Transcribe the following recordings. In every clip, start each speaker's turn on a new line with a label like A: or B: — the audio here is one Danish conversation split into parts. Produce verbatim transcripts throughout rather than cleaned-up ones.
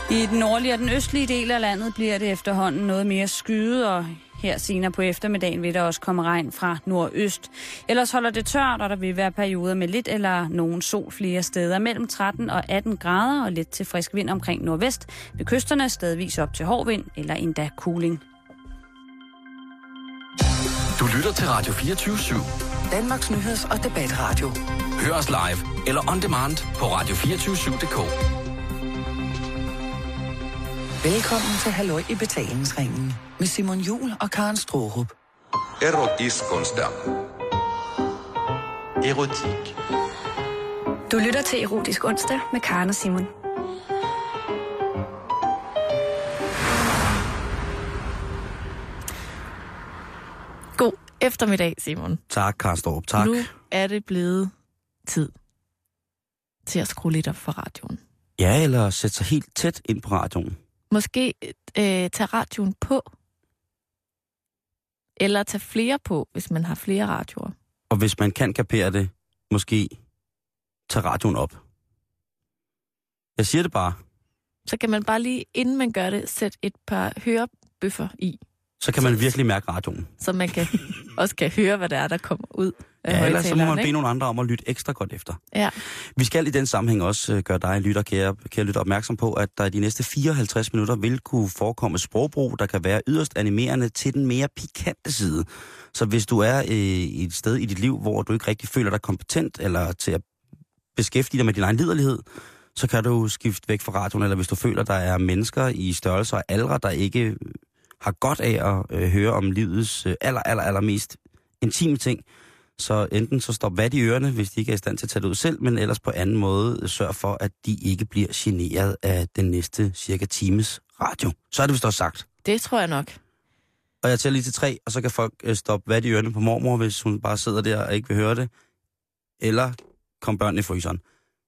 A: I den nordlige og den østlige del af landet bliver det efterhånden noget mere skyet, og her senere på eftermiddagen vil der også komme regn fra nordøst. Ellers holder det tørt, og der vil være perioder med lidt eller nogen sol flere steder. Mellem tretten og atten grader og lidt til frisk vind omkring nordvest. Ved kysterne stedvis op til hård vind eller endda kuling.
B: Du lytter til Radio fireogtyve syv.
C: Danmarks nyheds- og debatradio.
B: Hør os live eller on demand på radio to fire syv punktum d k.
C: Velkommen til Halløj i betalingsringen med Simon Juhl og Karen Strohrup.
D: Erotisk-onsdag.
E: Erotik.
F: Du lytter til Erotisk onsdag med Karen og Simon.
G: God eftermiddag, Simon.
H: Tak, Karen Strohrup. Tak.
G: Nu er det blevet tid til at skrue lidt op for radioen.
H: Ja, eller sætte sig helt tæt ind på radioen.
G: Måske øh, tage radioen på. Eller tage flere på, hvis man har flere radioer.
H: Og hvis man kan kapere det, måske tage radioen op. Jeg siger det bare.
G: Så kan man bare lige, inden man gør det, sætte et par hørebøffer i.
H: Så kan man virkelig mærke radioen.
G: Så man kan, også kan høre, hvad der er, der kommer ud af
H: ja, ellers så må man bede
G: ikke?
H: nogle andre om at lytte ekstra godt efter.
G: Ja.
H: Vi skal i den sammenhæng også gøre dig, lytter, kære, kære lytter, opmærksom på, at der i de næste fireoghalvtreds minutter vil kunne forekomme sprogbrug, der kan være yderst animerende til den mere pikante side. Så hvis du er øh, et sted i dit liv, hvor du ikke rigtig føler dig kompetent, eller til at beskæftige dig med din egen liderlighed, så kan du skifte væk fra radioen, eller hvis du føler, der er mennesker i størrelser og aldre, der ikke har godt af at øh, høre om livets øh, aller, aller, aller mest intime ting, så enten så stop vat i ørerne, hvis de ikke er i stand til at tage det ud selv, men ellers på anden måde sørg for, at de ikke bliver generet af den næste cirka times radio. Så er det vist også sagt.
G: Det tror jeg nok.
H: Og jeg tæller lige til tre, og så kan folk øh, stoppe vat i ørerne på mormor, hvis hun bare sidder der og ikke vil høre det. Eller kom børnene i fryseren.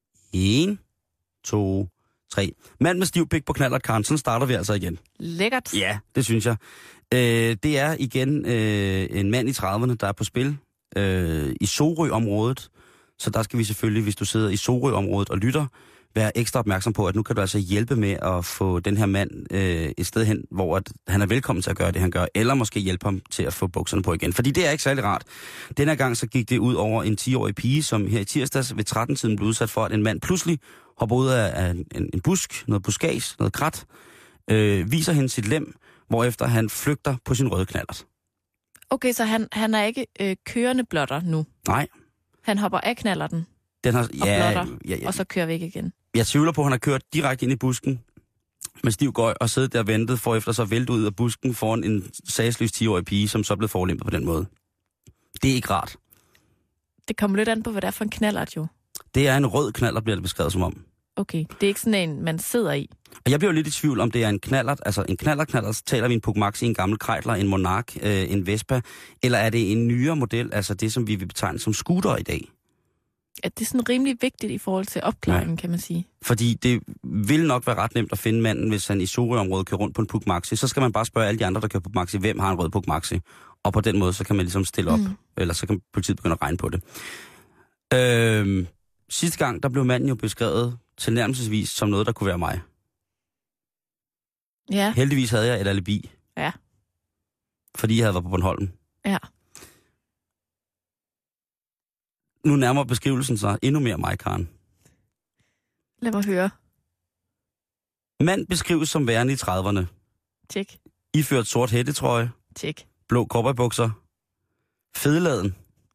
H: En, to, tre. Mand med stiv pik på knallert, Karen. Sådan starter vi altså igen.
G: Lækkert.
H: Ja, det synes jeg. Øh, det er igen øh, en mand i trediverne, der er på spil øh, i Sorø-området. Så der skal vi selvfølgelig, hvis du sidder i Sorø-området og lytter, være ekstra opmærksom på, at nu kan du altså hjælpe med at få den her mand øh, et sted hen, hvor at han er velkommen til at gøre det, han gør, eller måske hjælpe ham til at få bukserne på igen. Fordi det er ikke særlig rart. Denne gang så gik det ud over en ti-årig pige, som her i tirsdags ved tretten-tiden blev udsat for, at en mand pludselig hopper ud af en, en busk, noget buskage, noget krat, øh, viser hende sit lem, hvorefter han flygter på sin røde knallert.
G: Okay, så han, han er ikke øh, kørende blotter nu?
H: Nej.
G: Han hopper af knallerten
H: Den har,
G: og
H: ja,
G: blotter,
H: ja, ja.
G: og så kører væk igen?
H: Jeg tvivler på, at han har kørt direkte ind i busken med stiv gøj og siddet der og ventet, for efter så vælte ud af busken foran en sagsløs ti-årig pige, som så blev forulempet på den måde. Det er ikke rart.
G: Det kommer lidt an på, hvad det er for en knallert jo.
H: Det er en rød knallert, bliver det beskrevet som om.
G: Okay, det er ikke sådan en, man sidder i.
H: Og jeg bliver jo lidt i tvivl, om det er en knallert, altså en knallert-knallert, så taler vi en Puk Maxi, en gammel Kreidler, en Monark, øh, en Vespa, eller er det en nyere model, altså det, som vi vil betegne som scooter i dag?
G: At det er sådan rimelig vigtigt i forhold til opklaringen, ja. Kan man sige.
H: Fordi det vil nok være ret nemt at finde manden, hvis han i Sorø-området kører rundt på en Puk Maxi. Så skal man bare spørge alle de andre, der kører Puk Maxi, hvem har en rød Puk Maxi? Og på den måde, så kan man ligesom stille op, mm. eller så kan politiet begynde at regne på det. Øhm, sidste gang, der blev manden jo beskrevet tilnærmelsesvis som noget, der kunne være mig.
G: Ja.
H: Heldigvis havde jeg et alibi.
G: Ja.
H: Fordi jeg havde været på Bornholm.
G: Ja.
H: Nu nærmer beskrivelsen sig endnu mere mig, Karen.
G: Lad mig høre.
H: Mand beskrives som værende i trediverne.
G: Tjek.
H: Iført sort hættetrøje.
G: Tjek.
H: Blå cowboybukser. Fedladen.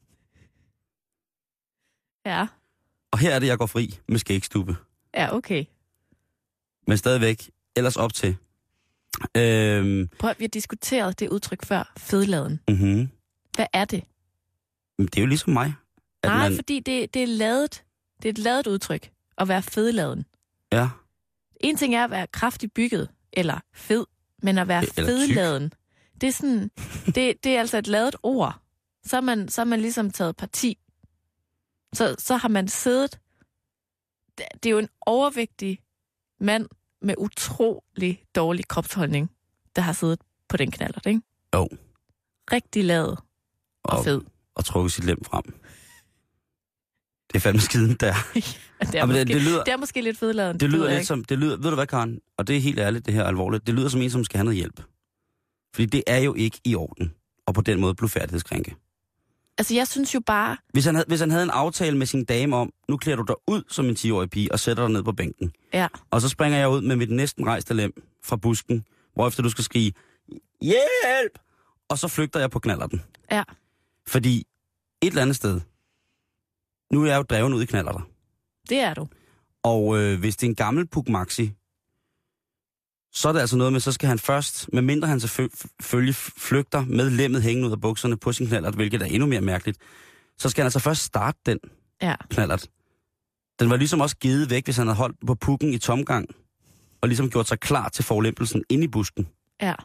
G: Ja.
H: Og her er det, jeg går fri med skægstube.
G: Ja, okay. Men
H: stadigvæk ellers op til. Øhm,
G: Prøv, vi har diskuteret det udtryk før, fedladen.
H: Mm-hmm.
G: Hvad er det?
H: Det er jo ligesom mig.
G: At Nej, man... fordi det, det er ladet. Det er et ladet udtryk at være fedladen.
H: Ja.
G: En ting er at være kraftigt bygget, eller fed, men at være eller fedladen, tyk. Det er sådan, det, det er altså et ladet ord. Så er man, så er man ligesom taget parti. Så, så har man siddet. Det er jo en overvægtig mand med utrolig dårlig kropsholdning, der har siddet på den knallert, ikke?
H: Jo.
G: Rigtig ladet og, og fed.
H: Og trukket sit lem frem. Det er fandme skiden der.
G: ja, det, er måske, det, det, lyder, det er måske lidt fedladen.
H: Det, det lyder lidt ikke. som, det lyder, ved du hvad, Karen? Og det er helt ærligt, det her er alvorligt. Det lyder som en, som skal have noget hjælp. Fordi det er jo ikke i orden. Og på den måde blufærdighedskrænke.
G: Altså, jeg synes jo bare...
H: Hvis han, havde, hvis han havde en aftale med sin dame om, nu klæder du dig ud som en ti-årig pige og sætter dig ned på bænken.
G: Ja. Og
H: så springer jeg ud med mit næsten rejste lem fra busken, hvorefter du skal skrige, hjælp! Og så flygter jeg på knallerten.
G: Ja.
H: Fordi et eller andet sted, nu er jeg jo dreven ud i knallerter.
G: Det er du.
H: Og øh, hvis det er en gammel Puk Maxi, så er det altså noget med, så skal han først, medmindre han selvfølgelig flygter med lemmet hængende ud af bukserne på sin knallert, hvilket er endnu mere mærkeligt, så skal han altså først starte den
G: ja.
H: knallert. Den var ligesom også givet væk, hvis han havde holdt på pukken i tomgang, og ligesom gjort sig klar til forulempelsen inde i busken.
G: Ja.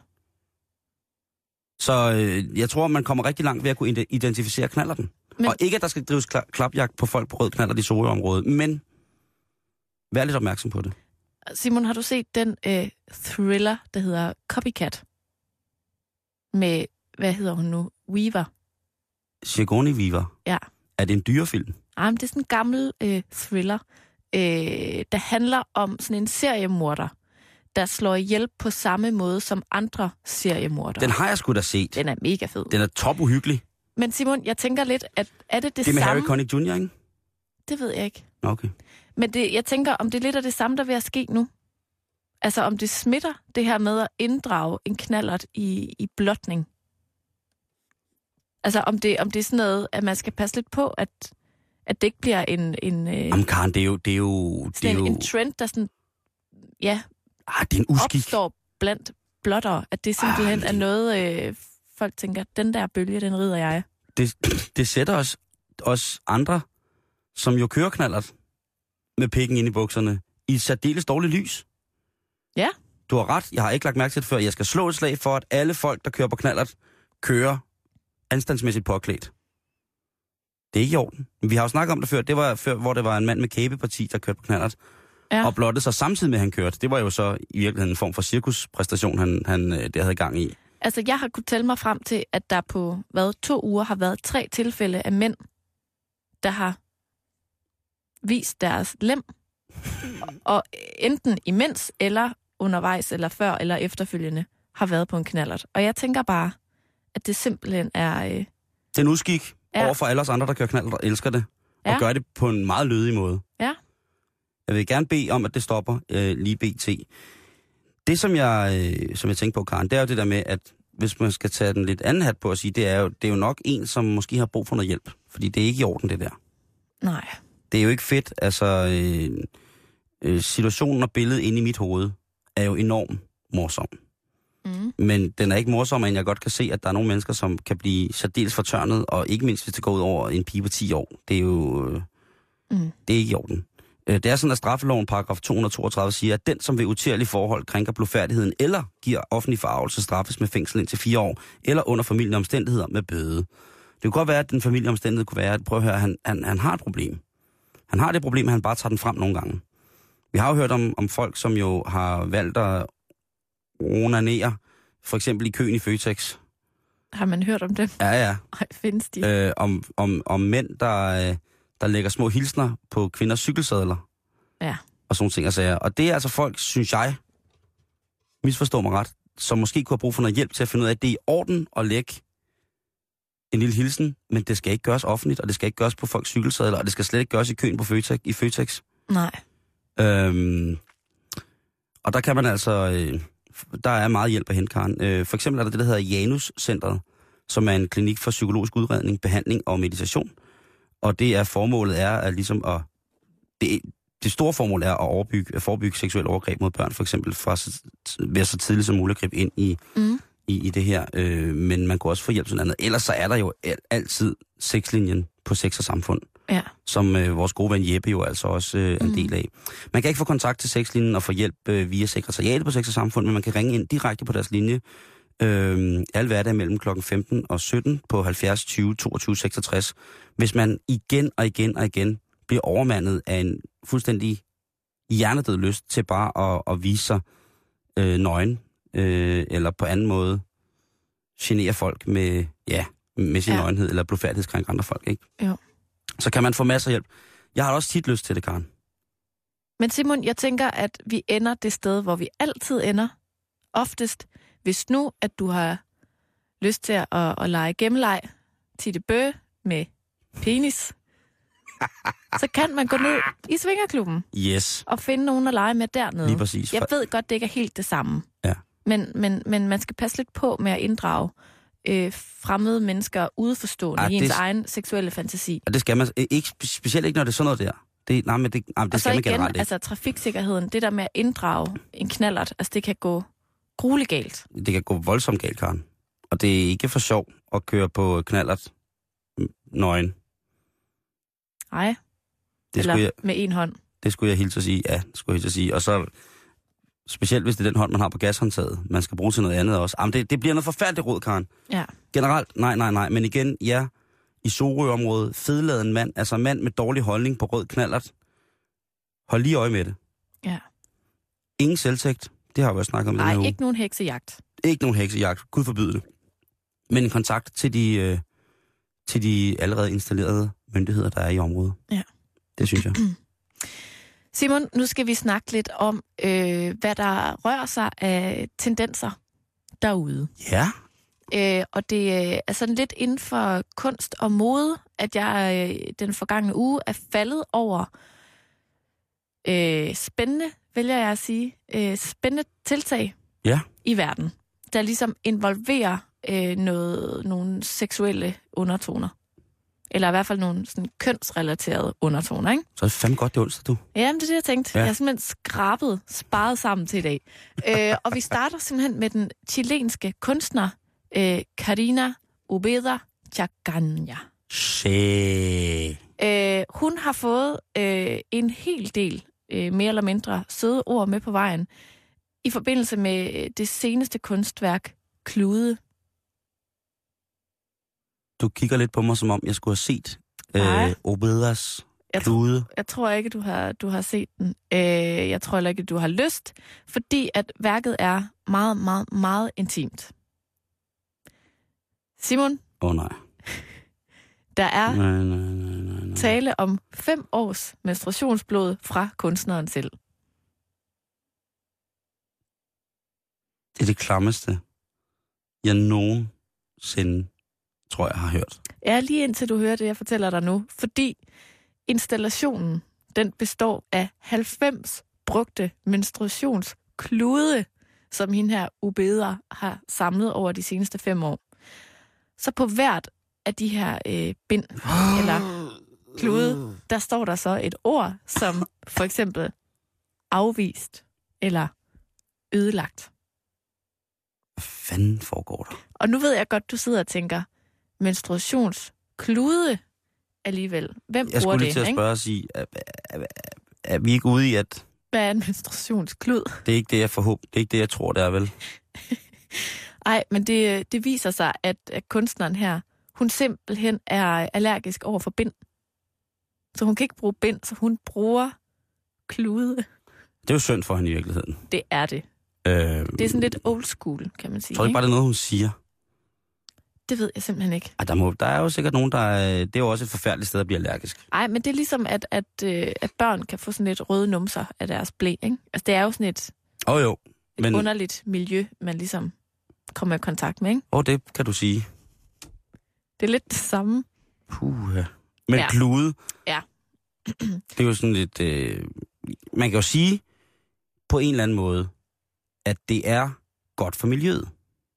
H: Så øh, jeg tror, man kommer rigtig langt ved at kunne identificere knallerten. Men... Og ikke, at der skal drives kla- klapjagt på folk på rød knallert i Sorø-området, men vær lidt opmærksom på det.
G: Simon, har du set den øh, thriller, der hedder Copycat? Med, hvad hedder hun nu? Weaver.
H: Sigourney Weaver?
G: Ja.
H: Er det en dyrefilm?
G: Nej, men det er sådan en gammel øh, thriller, øh, der handler om sådan en seriemorder, der slår ihjel på samme måde som andre seriemordere.
H: Den har jeg sgu da set.
G: Den er mega fed.
H: Den er top uhyggelig.
G: Men Simon, jeg tænker lidt, at er det det,
H: det med
G: samme...
H: Harry Connick junior, ikke?
G: Det ved jeg ikke.
H: Okay.
G: Men det, jeg tænker, om det er lidt af det samme, der vil at ske nu. Altså, om det smitter, det her med at inddrage en knallert i, i blotning. Altså, om det, om det er sådan noget, at man skal passe lidt på, at, at det ikke bliver en... en
H: Jamen, Karen, det er jo... Det er jo, det er
G: en,
H: jo...
G: en trend, der sådan... Ja,
H: ah, det er en uskik.
G: Opstår blandt blottere. At det simpelthen ah, det... er noget, øh, folk tænker, den der bølge, den rider jeg.
H: Det, det sætter os, os andre, som jo kører knallert, med pikken ind i bukserne, i et særdeles dårligt lys.
G: Ja.
H: Du har ret, jeg har ikke lagt mærke til det før. Jeg skal slå et slag for, at alle folk, der kører på knallert, kører anstandsmæssigt påklædt. Det er ikke i orden. Vi har jo snakket om det før, det var før, hvor det var en mand med kæbeparti, der kørte på knallert, ja. Og blottede sig samtidig med, at han kørte. Det var jo så i virkeligheden en form for cirkuspræstation, han, han der havde gang i.
G: Altså, jeg har kunnet tælle mig frem til, at der på, hvad, to uger har været tre tilfælde af mænd, der har vist deres lem, og enten imens, eller undervejs, eller før, eller efterfølgende, har været på en knallert. Og jeg tænker bare, at det simpelthen er... Øh...
H: Det er en uskik ja. Over for alle os andre, der kører knallert og elsker det, og ja. Gør det på en meget lødig måde.
G: Ja.
H: Jeg vil gerne bede om, at det stopper øh, lige B T. Det, som jeg, øh, som jeg tænker på, Karen, det er jo det der med, at hvis man skal tage den lidt anden hat på at sige, det er, jo, det er jo nok en, som måske har brug for noget hjælp. Fordi det er ikke i orden, det der.
G: Nej.
H: Det er jo ikke fedt. Altså, øh, øh, situationen og billedet inde i mit hoved er jo enormt morsom. Mm. Men den er ikke morsom, men jeg godt kan se, at der er nogle mennesker, som kan blive særdeles fortørnet, og ikke mindst, hvis det går ud over en pige på ti år. Det er jo øh, mm. det er ikke i orden. Det er sådan, at straffeloven paragraf to hundrede toogtredive siger, at den, som ved utillige forhold krænker blufærdigheden eller giver offentlig forargelse, straffes med fængsel indtil fire år, eller under familielige omstændigheder med bøde. Det kunne godt være, at den familielige omstændighed kunne være, at prøv at høre, han, han, han har et problem. Han har det problem, at han bare tager den frem nogle gange. Vi har jo hørt om, om folk, som jo har valgt at onanere, for eksempel i køen i Føtex.
G: Har man hørt om det?
H: Ja, ja.
G: Ej, findes de?
H: Øh, om, om, om mænd, der... der lægger små hilsner på kvinders cykelsadler.
G: Ja.
H: Og sådan ting og sager. Og det er altså folk, synes jeg, misforstår mig ret, som måske kunne have brug for noget hjælp til at finde ud af, at det er i orden at lægge en lille hilsen, men det skal ikke gøres offentligt, og det skal ikke gøres på folks cykelsadler, og det skal slet ikke gøres i køen på Føtex, i Føtex.
G: Nej.
H: Øhm, og der kan man altså... Øh, der er meget hjælp at hente, Karen. Øh, for eksempel er der det, der hedder Janus-centret, som er en klinik for psykologisk udredning, behandling og meditation. Og det er formålet er at ligesom at det, det store formål er at overbygge, at forebygge seksuel overgreb mod børn, for eksempel fra ved så tidligt som muligt at gribe ind i, mm. i, i det her. Øh, men man kan også få hjælp sådan andet. Ellers så er der jo altid sexlinjen på Sex og Samfund,
G: ja. Som
H: øh, vores gode ven Jeppe jo altså også øh, er en mm. del af. Man kan ikke få kontakt til sexlinjen og få hjælp øh, via sekretariatet på Sex og Samfund, men man kan ringe ind direkte på deres linje. Øh, alle hverdag mellem klokken femten og sytten på halvfjerds tyve toogtyve seksogtres. Hvis man igen og igen og igen bliver overmandet af en fuldstændig hjernedød lyst til bare at, at vise sig øh, nøgen, øh, eller på anden måde genere folk med, ja, med sin ja. nøgenhed, eller blufærdighedskrænke andre folk, ikke?
G: Jo.
H: Så kan man få masser af hjælp. Jeg har også tit lyst til det, Karen.
G: Men Simon, jeg tænker, at vi ender det sted, hvor vi altid ender. Oftest, hvis nu, at du har lyst til at, at, at lege gemmeleg til det bø med penis, så kan man gå ned i svingerklubben.
H: Yes.
G: Og finde nogen at lege med dernede.
H: Lige præcis.
G: Jeg ved godt, det ikke er helt det samme.
H: Ja.
G: Men, men, men man skal passe lidt på med at inddrage øh, fremmede mennesker udeforstående
H: Ej,
G: i ens
H: det...
G: egen seksuelle fantasi.
H: Og det skal man ikke, specielt ikke, når det er sådan noget der. Det, nej, men det, nej, det
G: og
H: skal
G: så
H: man
G: igen,
H: generelt ikke.
G: altså trafiksikkerheden, det der med at inddrage en knallert, altså det kan gå grueligt galt.
H: Det kan gå voldsomt galt, Karen. Og det er ikke for sjov at køre på knallert nøgen.
G: Nej.
H: Det
G: Eller
H: jeg,
G: med en hånd.
H: Det skulle jeg hilse at sige. Ja, det skulle jeg hilse at sige. Og så, specielt hvis det er den hånd, man har på gashåndtaget, man skal bruge til noget andet også. Jamen, det, det bliver noget forfærdeligt råd, Karen.
G: Ja.
H: Generelt, nej, nej, nej. Men igen, ja, i Sorø-området, fedladen mand, altså mand med dårlig holdning på rød knallert. Hold lige øje med det.
G: Ja.
H: Ingen selvtægt. Det har vi også snakket om.
G: Nej,
H: den her
G: ikke nogen heksejagt.
H: Ikke nogen heksejagt. Gud forbyde det. Men en kontakt til de, øh, til de allerede installerede myndigheder, der er i området.
G: Ja.
H: Det synes jeg.
G: Simon, nu skal vi snakke lidt om, øh, hvad der rører sig af tendenser derude.
H: Ja.
G: Øh, og det er sådan lidt inden for kunst og mode, at jeg øh, den forgangne uge er faldet over øh, spændende, vælger jeg at sige, øh, spændende tiltag
H: Ja.
G: i verden, der ligesom involverer øh, noget, nogle seksuelle undertoner. Eller i hvert fald nogle sådan kønsrelaterede undertoner, ikke?
H: Så er det fandme godt, det er onsdag, du.
G: Jamen, det er det, jeg tænkte.
H: Ja.
G: Jeg har simpelthen skrabet, sparet sammen til i dag. øh, og vi starter simpelthen med den chilenske kunstner, øh, Karina Ubeda Chacagna.
H: Se.
G: Øh, hun har fået øh, en hel del, øh, mere eller mindre, søde ord med på vejen, i forbindelse med det seneste kunstværk, Klude.
H: Du kigger lidt på mig, som om jeg skulle have set øh, Obedas
G: Jeg,
H: Klude.
G: jeg tror ikke, du har, du har set den. Øh, jeg tror heller ikke, du har lyst, fordi at værket er meget, meget, meget intimt. Simon?
H: Åh oh, nej.
G: Der er
H: Nej, nej, nej, nej, nej.
G: tale om fem års menstruationsblod fra kunstneren selv.
H: Det er det klammeste, jeg nogensinde, tror jeg, har hørt.
G: Ja, lige indtil du hører det, jeg fortæller dig nu. Fordi installationen, den består af halvfems brugte menstruationsklude, som hende her Ubeda har samlet over de seneste fem år. Så på hvert af de her øh, bind, eller klude, der står der så et ord, som for eksempel afvist eller ødelagt.
H: Hvad fanden foregår der?
G: Og nu ved jeg godt, du sidder og tænker, menstruationsklude alligevel. Hvem
H: Jeg
G: bruger
H: skulle lige
G: det?
H: til at
G: Ikke?
H: spørge og sige, er, er, er, er vi ikke ude i, at
G: Hvad er en menstruationsklud?
H: det er ikke det, jeg forhåber, det er ikke det, jeg tror, det er vel?
G: Nej, men det, det viser sig, at, at kunstneren her, hun simpelthen er allergisk over for bind. Så hun kan ikke bruge bind, så hun bruger klude.
H: Det er jo synd for hende i virkeligheden.
G: Det er det.
H: Øh,
G: Det er sådan lidt old school, kan man sige.
H: Jeg tror ikke bare, det er noget, hun siger.
G: Det ved jeg simpelthen ikke.
H: Ej, der, må, der er jo sikkert nogen, der er, det er jo også et forfærdeligt sted at blive allergisk.
G: Nej, men det er ligesom, at, at, øh, at børn kan få sådan lidt røde numser af deres blæ, ikke? Altså, det er jo sådan et,
H: Åh oh, jo,
G: et
H: men
G: underligt miljø, man ligesom kommer i kontakt med, ikke?
H: åh, oh, det kan du sige.
G: Det er lidt det samme.
H: Puh, ja. Men
G: Ja.
H: klude,
G: Ja.
H: det er jo sådan lidt... Øh, man kan jo sige på en eller anden måde, at det er godt for miljøet.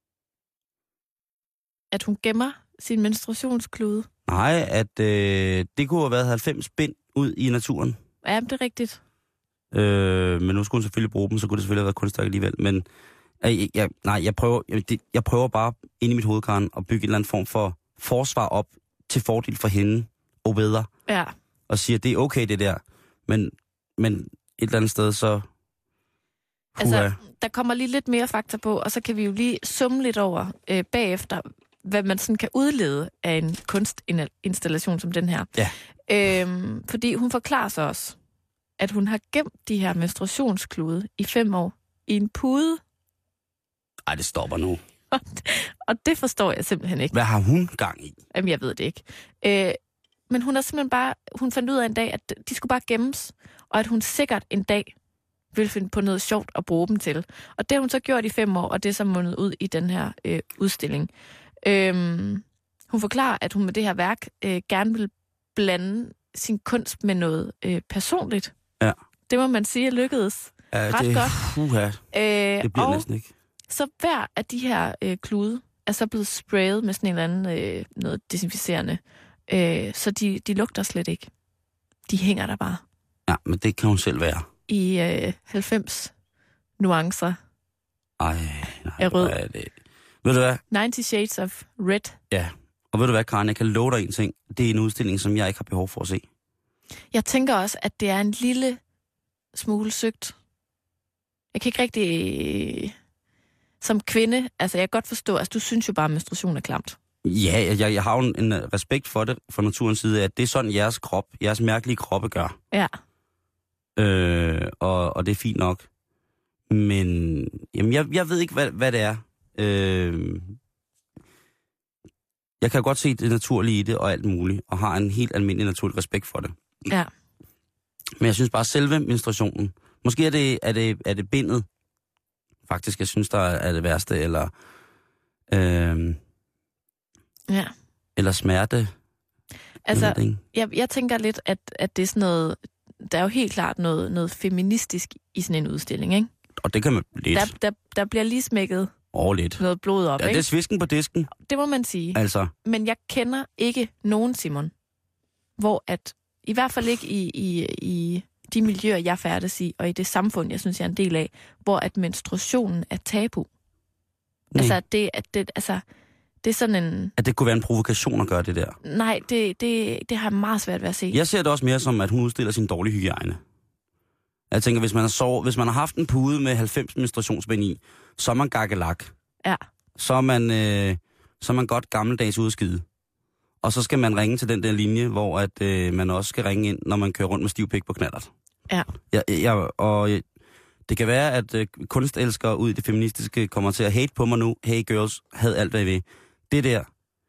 G: At hun gemmer sin menstruationsklude.
H: Nej, at øh, det kunne have været halvfems bind ud i naturen.
G: Ja, det er rigtigt.
H: Øh, men nu skulle hun selvfølgelig bruge dem, så kunne det selvfølgelig have været kunstværk alligevel. Men øh, jeg, nej, jeg prøver, jeg, det, jeg prøver bare ind i mit hoved, Karen, at bygge en eller anden form for forsvar op til fordel for hende og bedre.
G: Ja.
H: Og siger, at det er okay det der. Men, men et eller andet sted, så... Puha.
G: Altså, der kommer lige lidt mere fakta på, og så kan vi jo lige summe lidt over øh, bagefter, hvad man sådan kan udlede af en kunstinstallation som den her.
H: Ja.
G: Øhm, fordi hun forklarer sig også, at hun har gemt de her menstruationsklude i fem år i en pude.
H: Ej, det stopper nu.
G: Og det forstår jeg simpelthen ikke.
H: Hvad har hun gang i?
G: Jamen, jeg ved det ikke. Øh, men hun er simpelthen bare, hun fandt ud af en dag, at de skulle bare gemmes, og at hun sikkert en dag ville finde på noget sjovt at bruge dem til. Og det har hun så gjort i fem år, og det er så mundet ud i den her øh, udstilling. Øhm, hun forklarer, at hun med det her værk øh, gerne vil blande sin kunst med noget øh, personligt.
H: Ja.
G: Det må man sige lykkedes
H: ja,
G: ret
H: det,
G: godt.
H: Uha,
G: øh,
H: det bliver
G: og
H: næsten ikke.
G: Så hver af de her øh, klude er så blevet sprayet med sådan en eller anden øh, noget desinficerende. Øh, så de, de lugter slet ikke. De hænger der bare.
H: Ja, men det kan hun selv være.
G: I øh, halvfems nuancer.
H: Ej, nej,
G: af rød.
H: Hvor er det. Ved du hvad?
G: ninety Shades of Red.
H: Ja, og ved du hvad, Karen, jeg kan love dig en ting. Det er en udstilling, som jeg ikke har behov for at se.
G: Jeg tænker også, at det er en lille smule søgt. Jeg kan ikke rigtig... Øh, som kvinde, altså jeg kan godt forstå, altså du synes jo bare, at menstruation er klamt.
H: Ja, jeg, jeg har jo en, en respekt for det fra naturens side, at det er sådan, jeres krop, jeres mærkelige kroppe gør.
G: Ja.
H: Øh, og, og det er fint nok. Men jamen, jeg, jeg ved ikke, hvad, hvad det er. Øh, jeg kan godt se det naturlige i det og alt muligt, og har en helt almindelig naturlig respekt for det.
G: Ja.
H: Men jeg synes bare, selve menstruationen, måske er det, er det, er det bindet, faktisk, jeg synes, der er det værste, eller, øh,
G: ja.
H: eller smerte.
G: Altså, jeg, jeg tænker lidt, at, at det er sådan noget, der er jo helt klart noget, noget feministisk i sådan en udstilling, ikke?
H: Og det kan man lidt.
G: Der, der, der bliver lige smækket
H: oh, lidt.
G: noget blod op,
H: ja,
G: ikke?
H: Det er svisken på disken.
G: Det må man sige.
H: Altså.
G: Men jeg kender ikke nogen, Simon, hvor at, i hvert fald ikke i, i, i de miljøer, jeg færdes i, og i det samfund, jeg synes, jeg er en del af, hvor at menstruationen er tabu. Nej. Altså, det, at det, altså, det er sådan en...
H: At det kunne være en provokation at gøre det der?
G: Nej, det, det, det har jeg meget svært ved at se.
H: Jeg ser det også mere som, at hun udstiller sin dårlige hygiejne. Jeg tænker, hvis man har, sovet, hvis man har haft en pude med halvfems menstruationsbind i, så er man gakkelak.
G: Ja.
H: Så er man, øh, så er man godt gammeldags udskide. Og så skal man ringe til den der linje, hvor at, øh, man også skal ringe ind, når man kører rundt med stiv pik på knallert.
G: Ja.
H: Jeg, jeg, og jeg, det kan være, at øh, kunstelskere ud i det feministiske kommer til at hate på mig nu. Hey girls, had alt hvad I vil. Det der,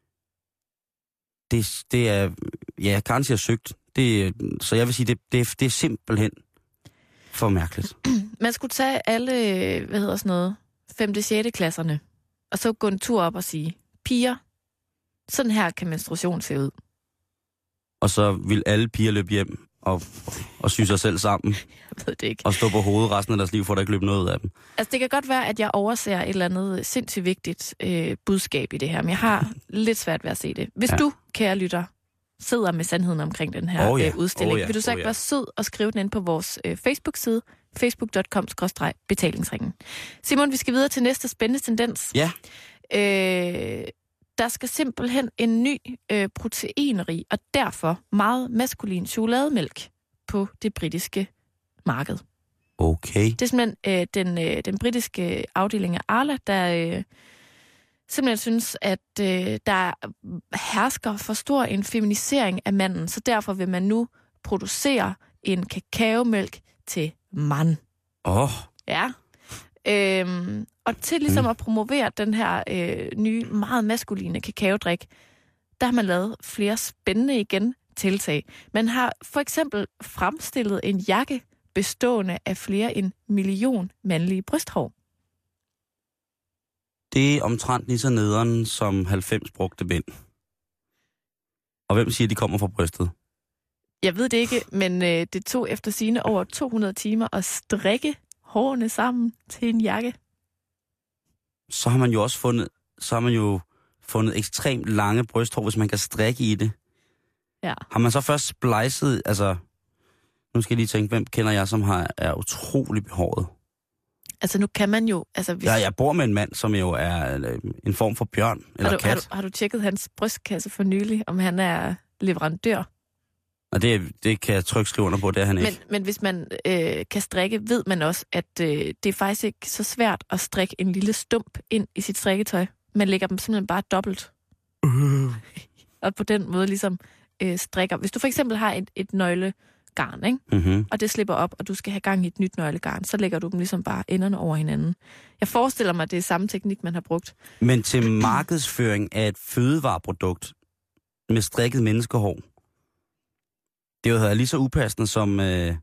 H: det, det er, ja, Karen siger søgt. Det, så jeg vil sige, det, det, det er simpelthen for mærkeligt.
G: Man skulle tage alle, hvad hedder sådan noget, femte og sjette klasserne, og så gå en tur op og sige, piger, sådan her kan menstruation se ud.
H: Og så vil alle piger løbe hjem og, og sy sig selv sammen.
G: Jeg ved det ikke.
H: Og stå på hovedet resten af deres liv, for der ikke løbe noget ud af dem.
G: Altså, det kan godt være, at jeg overser et eller andet sindssygt vigtigt øh, budskab i det her, men jeg har lidt svært ved at se det. Hvis ja. du, kære lytter, sidder med sandheden omkring den her
H: oh ja.
G: øh, udstilling,
H: oh ja.
G: vil du så ikke
H: oh ja.
G: være sød og skrive den ind på vores øh, Facebook-side, facebook punktum com skråstreg betalingsringen. Simon, vi skal videre til næste spændende tendens.
H: Ja.
G: Øh, der skal simpelthen en ny øh, proteinrig og derfor meget maskulin chokolademælk på det britiske marked.
H: Okay.
G: Det er simpelthen øh, den, øh, den britiske afdeling af Arla, der øh, simpelthen synes, at øh, der hersker for stor en feminisering af manden, så derfor vil man nu producere en kakaomælk til mand.
H: Åh. Oh.
G: Ja. Øhm, og til ligesom mm. at promovere den her øh, nye, meget maskuline kakaodrik, der har man lavet flere spændende igen tiltag. Man har for eksempel fremstillet en jakke bestående af flere end million mandlige brysthår.
H: Det er omtrent lige så nederen som halvfems brugte bind. Og hvem siger, de kommer fra brystet?
G: Jeg ved det ikke, men øh, det tog efter sigende over to hundrede timer at strikke hårene sammen til en jakke.
H: Så har man jo også fundet, så har man jo fundet ekstremt lange brysthår, hvis man kan strikke i det.
G: Ja.
H: Har man så først splicet, altså, nu skal jeg lige tænke, hvem kender jeg, som har, er utrolig behåret?
G: Altså nu kan man jo... Altså, hvis...
H: Ja, jeg bor med en mand, som jo er en form for bjørn eller
G: har du,
H: kat.
G: Har du, har du tjekket hans brystkasse for nylig, om han er leverandør?
H: Og det, det kan jeg trygt skrive under på, det er han ikke.
G: Men, men hvis man øh, kan strikke, ved man også, at øh, det er faktisk ikke så svært at strikke en lille stump ind i sit strikketøj. Man lægger dem simpelthen bare dobbelt. Uh. Og på den måde ligesom øh, strikker. Hvis du for eksempel har et, et nøglegarn, ikke?
H: Mm-hmm.
G: Og det slipper op, og du skal have gang i et nyt nøglegarn, så lægger du dem ligesom bare enderne over hinanden. Jeg forestiller mig, at det er samme teknik, man har brugt.
H: Men til markedsføring af et fødevareprodukt med strikket menneskehår, Det er jo lige så upassende som, øh,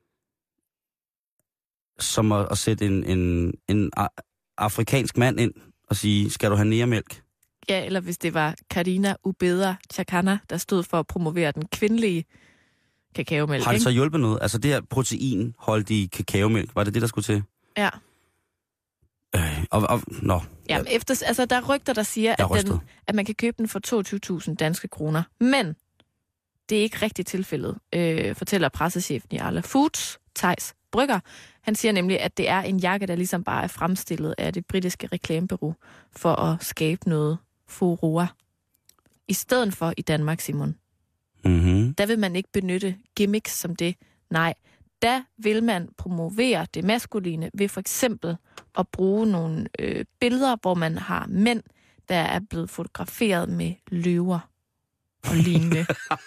H: som at, at sætte en, en, en afrikansk mand ind og sige, skal du have nærmælk?
G: Ja, eller hvis det var Karina Ubeda Chakana, der stod for at promovere den kvindelige kakaomælk.
H: Har det så hjulpet noget? Altså det her proteinholdige kakaomælk, var det det, der skulle til?
G: Ja.
H: Øh, og, og, nå.
G: Ja, men efter, altså, der er rygter, der siger,
H: der
G: at, den, at man kan købe den for toogtyve tusind danske kroner. Men det er ikke rigtigt tilfældet, øh, fortæller pressechefen i Arla Foods, Theis Brygger. Han siger nemlig, at det er en jakke, der ligesom bare er fremstillet af det britiske reklamebureau for at skabe noget furore. I stedet for i Danmark, Simon,
H: mm-hmm.
G: der vil man ikke benytte gimmicks som det. Nej, der vil man promovere det maskuline ved for eksempel at bruge nogle øh, billeder, hvor man har mænd, der er blevet fotograferet med løver og lignende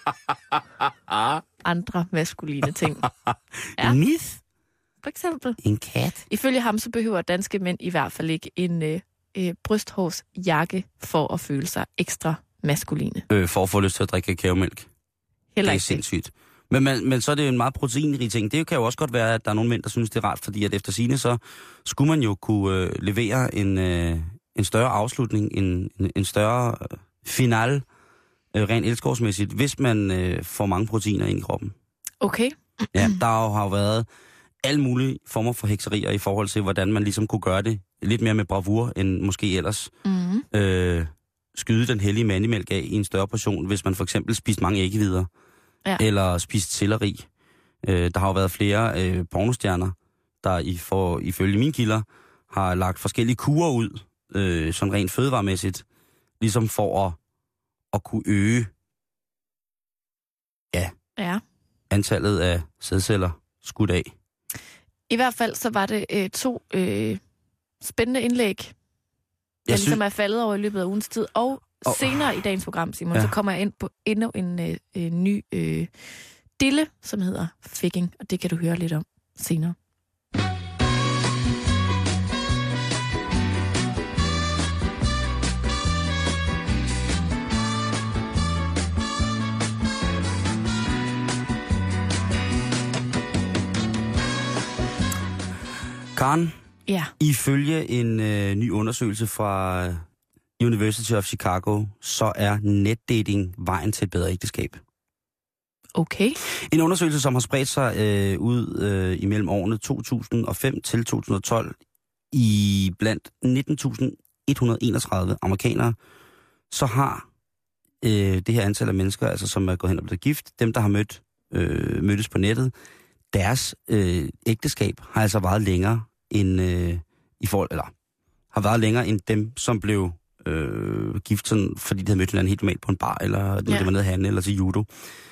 G: andre maskuline ting.
H: Ja. En myth?
G: For eksempel.
H: En kat?
G: Ifølge ham, så behøver danske mænd i hvert fald ikke en øh, øh, brysthårsjakke for at føle sig ekstra maskuline.
H: Øh, for at få lyst til at drikke kakaomælk.
G: Heller
H: det er
G: ikke
H: sindssygt. Men, men, men så er det jo en meget proteinrig ting. Det kan jo også godt være, at der er nogle mænd, der synes, det er rart, fordi at efter sigende, så skulle man jo kunne øh, levere en, øh, en større afslutning, en, en, en større øh, final, øh, rent elskovsmæssigt, hvis man øh, får mange proteiner ind i kroppen.
G: Okay.
H: Ja, der har jo været alle mulige former for hekserier i forhold til, hvordan man ligesom kunne gøre det lidt mere med bravur, end måske ellers.
G: Mm-hmm.
H: Øh, skyde den hellige mandemælk af i en større portion, hvis man for eksempel spiste mange æggehvider. Ja. Eller spist selleri. Øh, der har jo været flere øh, pornostjerner, der i for, ifølge mine kilder har lagt forskellige kurer ud, øh, sådan rent fødevaremæssigt, ligesom for at, at kunne øge ja,
G: ja.
H: antallet af sædceller skudt af.
G: I hvert fald så var det øh, to øh, spændende indlæg, der
H: jeg
G: ligesom
H: synes...
G: er faldet over i løbet af ugens tid, og Oh. senere i dagens program, Simon, ja. så kommer jeg ind på endnu en øh, øh, ny øh, dille, som hedder Figging, og det kan du høre lidt om senere.
H: Karen,
G: ja.
H: Ifølge en øh, ny undersøgelse fra University of Chicago, så er netdating vejen til et bedre ægteskab.
G: Okay.
H: En undersøgelse, som har spredt sig øh, ud øh, imellem årene to tusind og fem til to tusind og tolv i blandt nitten tusind et hundrede og enogtredive amerikanere, så har øh, det her antal af mennesker, altså som er gået hen og blevet gift, dem der har mødt, øh, mødtes på nettet, deres øh, ægteskab har altså varet længere end øh, i forhold, eller har været længere end dem, som blev øh, gift, sådan, fordi de havde mødt hinanden helt normalt på en bar, eller ja. det var nede at handle, eller til judo.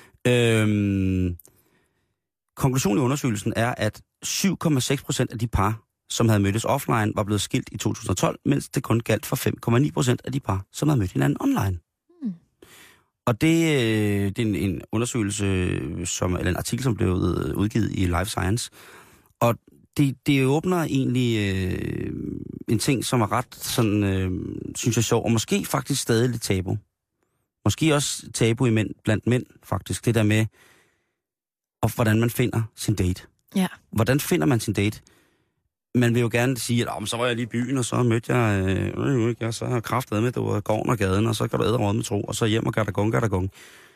H: Øhm, konklusionen i undersøgelsen er, at syv komma seks procent af de par, som havde mødtes offline, var blevet skilt i to tusind og tolv, mens det kun galt for fem komma ni procent af de par, som havde mødt hinanden online. Hmm. Og det, det er en, en undersøgelse, som, eller en artikel, som blev udgivet i Life Science. Og det, det åbner egentlig øh, en ting, som er ret, sådan, øh, synes jeg, sjov, og måske faktisk stadig lidt tabu. Måske også tabu i mænd, blandt mænd, faktisk. Det der med, og hvordan man finder sin date.
G: Ja.
H: Hvordan finder man sin date? Man vil jo gerne sige, at oh, så var jeg lige i byen, og så mødte jeg, øh, øh, jeg så har kraftet med, at du var gården og gaden, og så kan du æde råd med tro, og så hjem og gør der gong, gør der gong.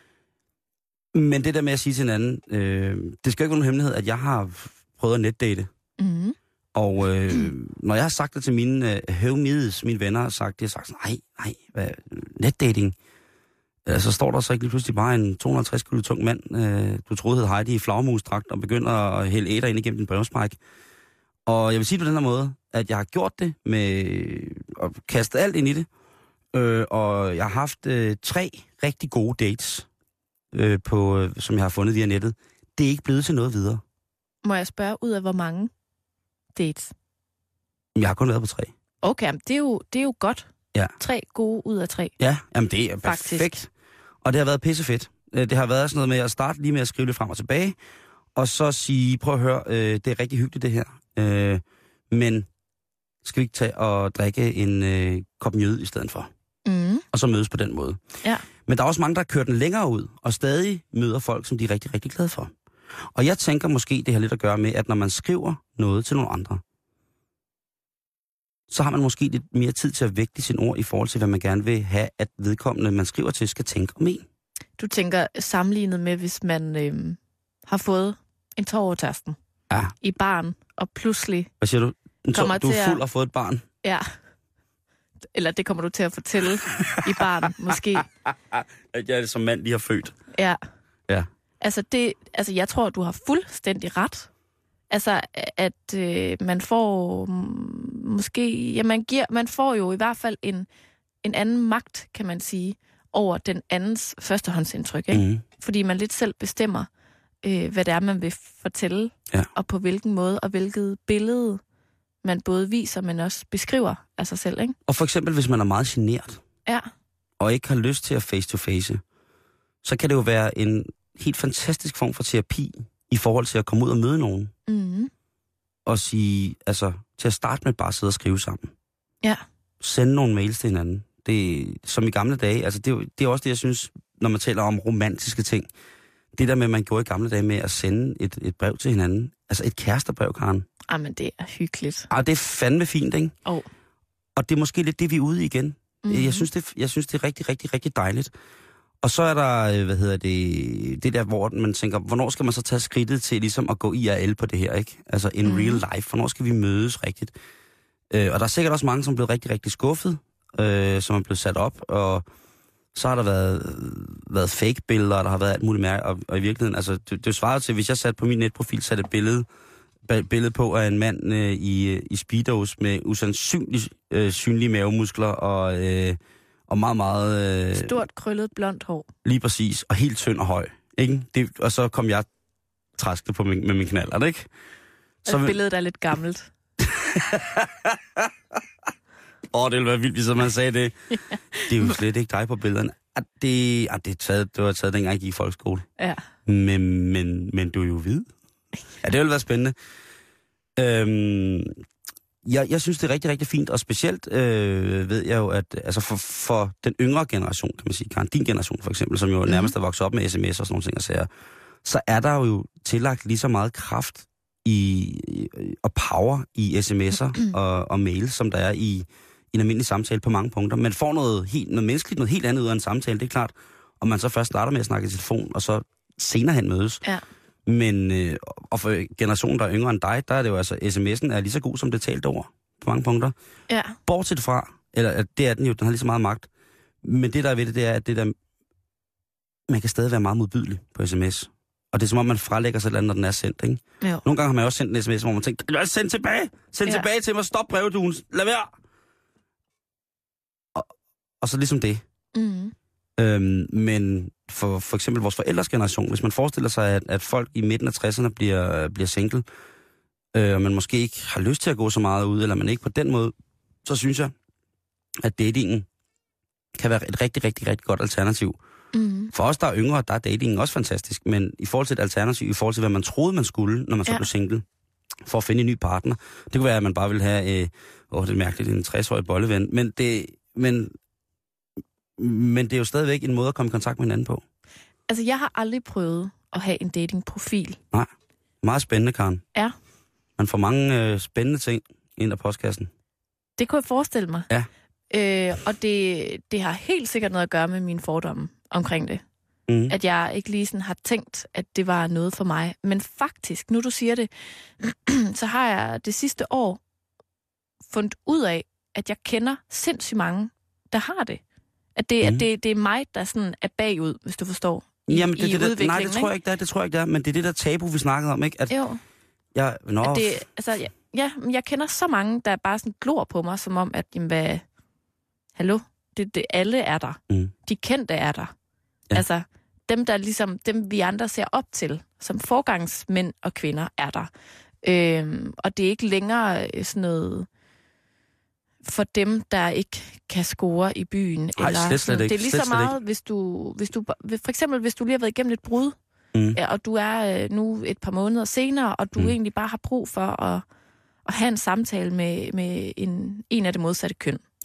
H: Men det der med at sige til hinanden, øh, det skal ikke være nogen hemmelighed, at jeg har prøvet at netdate.
G: Mm.
H: Og øh, mm. når jeg har sagt det til mine øh, høvmides, mine venner har sagt det, jeg har sagt, nej, nej, hvad, netdating, øh, så står der så ikke lige pludselig bare en to hundrede og halvtreds kilo tung mand, øh, du troede hed Heidi i flagmusdragt, og begynder at hælde æder ind igennem din brevspræk. Og jeg vil sige på den her måde, at jeg har gjort det med og kastet alt ind i det, øh, og jeg har haft øh, tre rigtig gode dates, øh, på, øh, som jeg har fundet via nettet. Det er ikke blevet til noget videre.
G: Må jeg spørge ud af hvor mange dates?
H: Jeg har kun været på tre.
G: Okay, det er jo, det er jo godt.
H: Ja.
G: Tre gode ud af tre.
H: Ja, jamen det er
G: Faktisk.
H: perfekt. Og det har været pissefedt. Det har været sådan noget med at starte lige med at skrive lidt frem og tilbage, og så sige, prøv at høre, øh, det er rigtig hyggeligt det her, øh, men skal vi ikke tage og drikke en øh, kop mjød i stedet for?
G: Mm.
H: Og så mødes på den måde.
G: Ja.
H: Men der er også mange, der kører den længere ud, og stadig møder folk, som de er rigtig, rigtig glade for. Og jeg tænker måske, det har lidt at gøre med, at når man skriver noget til nogle andre, så har man måske lidt mere tid til at vægte sine ord i forhold til, hvad man gerne vil have, at vedkommende, man skriver til, skal tænke om en.
G: Du tænker sammenlignet med, hvis man øh, har fået en tår over tærsten
H: ja.
G: i barn, og pludselig...
H: Hvad siger du? En tår,
G: kommer
H: du er
G: til
H: fuld
G: at...
H: og fået et barn?
G: Ja. Eller det kommer du til at fortælle i barn, måske.
H: At jeg som mand lige har født.
G: Ja.
H: Ja.
G: Altså, det, altså, jeg tror, du har fuldstændig ret. Altså, at øh, man får måske... Ja, man, giver, man får jo i hvert fald en, en anden magt, kan man sige, over den andens førstehåndsindtryk, ikke? Mm. Fordi man lidt selv bestemmer, øh, hvad det er, man vil fortælle,
H: ja.
G: og på hvilken måde, og hvilket billede man både viser, men også beskriver af sig selv, ikke?
H: Og for eksempel, hvis man er meget genert,
G: ja.
H: og ikke har lyst til at face-to-face, så kan det jo være en helt fantastisk form for terapi, i forhold til at komme ud og møde nogen.
G: Mm.
H: Og sige, altså, til at starte med bare sidde og skrive sammen.
G: Ja.
H: Sende nogle mails til hinanden. Det, som i gamle dage, altså det, det er også det, jeg synes, når man taler om romantiske ting. Det der med, man gjorde i gamle dage med at sende et, et brev til hinanden. Altså et kærestebrev, Karen.
G: Jamen, det er hyggeligt.
H: Ah, det er fandme fint, ikke?
G: Oh.
H: Og det er måske lidt det, vi er ude i igen. Mm-hmm. Jeg, synes, det, jeg synes, det er rigtig, rigtig, rigtig dejligt. Og så er der, hvad hedder det, det der, hvor man tænker, hvornår skal man så tage skridtet til ligesom at gå I R L på det her, ikke? Altså in mm. real life. Hvornår skal vi mødes rigtigt? Øh, og der er sikkert også mange, som er blevet rigtig, rigtig skuffet, øh, som er blevet sat op, og så har der været, været fake-billeder, og der har været alt muligt mærke, og, og i virkeligheden, altså, det, det svarer til, hvis jeg satte på min netprofil, satte et billede, billede på af en mand øh, i, i speedos med usandsynligt øh, synlige mavemuskler, og... Øh, Og meget, meget... Øh,
G: Stort, krøllet, blondt hår.
H: Lige præcis. Og helt tynd og høj. Ikke? Det, og så kom jeg træskende på min, med min knaller, ikke?
G: Så altså, billedet er lidt gammelt.
H: Åh, oh, det ville være vildt, hvis man sagde det. Ja. Det er jo slet ikke dig på billederne. Ah, det, ah, det, er taget, det var taget, dengang jeg gik i folkeskole.
G: Ja.
H: Men, men, men du er jo hvid. Ja, det ville være spændende. Øhm... Jeg, jeg synes, det er rigtig, rigtig fint, og specielt øh, ved jeg jo, at altså for, for den yngre generation, kan man sige, Karen, din generation for eksempel, som jo mm-hmm. nærmest er vokset op med sms'er og sådan nogle ting, og sager, så er der jo tillagt lige så meget kraft i, og power i sms'er mm-hmm. og, og mails, som der er i, i en almindelig samtale på mange punkter. Man får noget, helt, noget menneskeligt, noget helt andet ud af en samtale, det er klart, og man så først starter med at snakke i telefon, og så senere hen mødes.
G: Ja.
H: Men, øh, og for generationen, der er yngre end dig, der er det jo altså, sms'en er lige så god som det talte ord på mange punkter.
G: Ja.
H: Bortset fra, eller det er den jo, den har lige så meget magt. Men det der er ved det, det er, at det der, man kan stadig være meget modbydelig på sms. Og det er som om, man frelægger sig, når den er sendt, ikke?
G: Jo.
H: Nogle gange har man også sendt en sms, hvor man tænker, send tilbage! Send ja. tilbage til mig, stop brevduen, lad være! Og, og så ligesom det.
G: Mm.
H: Øhm, men for, for eksempel vores forældres generation, hvis man forestiller sig, at, at folk i midten af tresserne bliver, bliver single, øh, og man måske ikke har lyst til at gå så meget ud, eller man ikke på den måde, så synes jeg, at datingen kan være et rigtig, rigtig, rigtig godt alternativ. Mm. For os, der er yngre, der er datingen også fantastisk, men i forhold til et alternativ, i forhold til, hvad man troede, man skulle, når man så ja. blev single, for at finde en ny partner, det kunne være, at man bare ville have, øh, åh, det er mærkeligt, en tres-årig bolleven, men det, men Men det er jo stadigvæk en måde at komme i kontakt med hinanden på.
G: Altså, jeg har aldrig prøvet at have en datingprofil.
H: Nej. Meget spændende, Karen.
G: Ja.
H: Man får mange øh, spændende ting ind af postkassen.
G: Det kunne jeg forestille mig.
H: Ja.
G: Øh, og det, det har helt sikkert noget at gøre med mine fordomme omkring det. Mm. At jeg ikke lige sådan har tænkt, at det var noget for mig. Men faktisk, nu du siger det, så har jeg det sidste år fundet ud af, at jeg kender sindssygt mange, der har det. At det, mm. at det, det er mig, der sådan er bagud, hvis du forstår, i,
H: Jamen, det,
G: i
H: det, det,
G: udviklingen.
H: Nej, det tror jeg ikke, det er. Det tror jeg ikke, det er. Men det er det der tabu, vi snakkede om, ikke? At
G: jo.
H: Jeg, nå,
G: at det, altså, ja, ja, jeg kender så mange, der bare sådan glor på mig, som om, at, jamen, hvad... Hallo? Det, det, alle er der. Mm. De kendte er der. Ja. Altså, dem, der ligesom, dem vi andre ser op til, som forgangsmænd og kvinder, er der. Øhm, og det er ikke længere sådan noget... for dem, der ikke kan score i byen.
H: Ej,
G: eller
H: slet, slet
G: det er
H: ikke.
G: lige
H: Slet,
G: så meget, hvis du, hvis du... For eksempel, hvis du lige har været igennem et brud, mm. og du er nu et par måneder senere, og du mm. egentlig bare har brug for at, at have en samtale med, med en, en af det modsatte køn.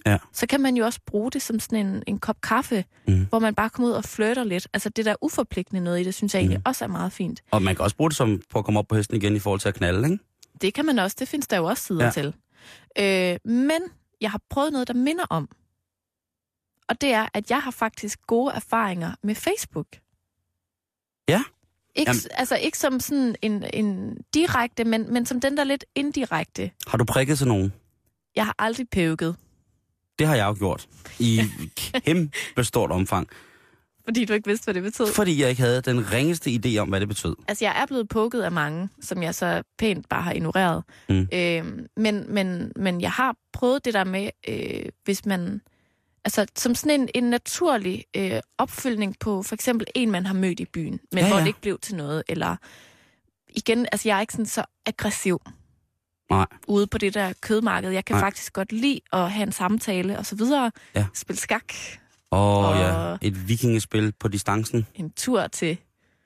H: Ja.
G: Så kan man jo også bruge det som sådan en, en kop kaffe, mm. hvor man bare kommer ud og flirter lidt. Altså det der uforpligtende noget i det, synes jeg egentlig mm. også er meget fint.
H: Og man kan også bruge det som på at komme op på hesten igen i forhold til at knalde, ikke?
G: Det kan man også. Det findes der jo også sider ja. til. Øh, men jeg har prøvet noget, der minder om. Og det er, at jeg har faktisk gode erfaringer med Facebook.
H: Ja?
G: Ikke, altså ikke som sådan en, en direkte, men, men som den der lidt indirekte.
H: Har du prikket til nogen?
G: Jeg har aldrig pævket.
H: Det har jeg jo gjort. I kæmpe stort omfang.
G: Fordi du ikke vidste, hvad det betød?
H: Fordi jeg ikke havde den ringeste idé om, hvad det betød.
G: Altså, jeg er blevet poket af mange, som jeg så pænt bare har ignoreret. Mm. Øh, men, men, men jeg har prøvet det der med, øh, hvis man... Altså, som sådan en, en naturlig øh, opfølgning på for eksempel en, man har mødt i byen, men ja, ja. hvor det ikke blev til noget. Eller igen, altså, jeg er ikke sådan så aggressiv.
H: Nej.
G: Ude på det der kødmarked. Jeg kan Nej. faktisk godt lide at have en samtale og så videre. Ja. Spille skak.
H: Oh, og ja, et vikingespil på distancen.
G: En tur til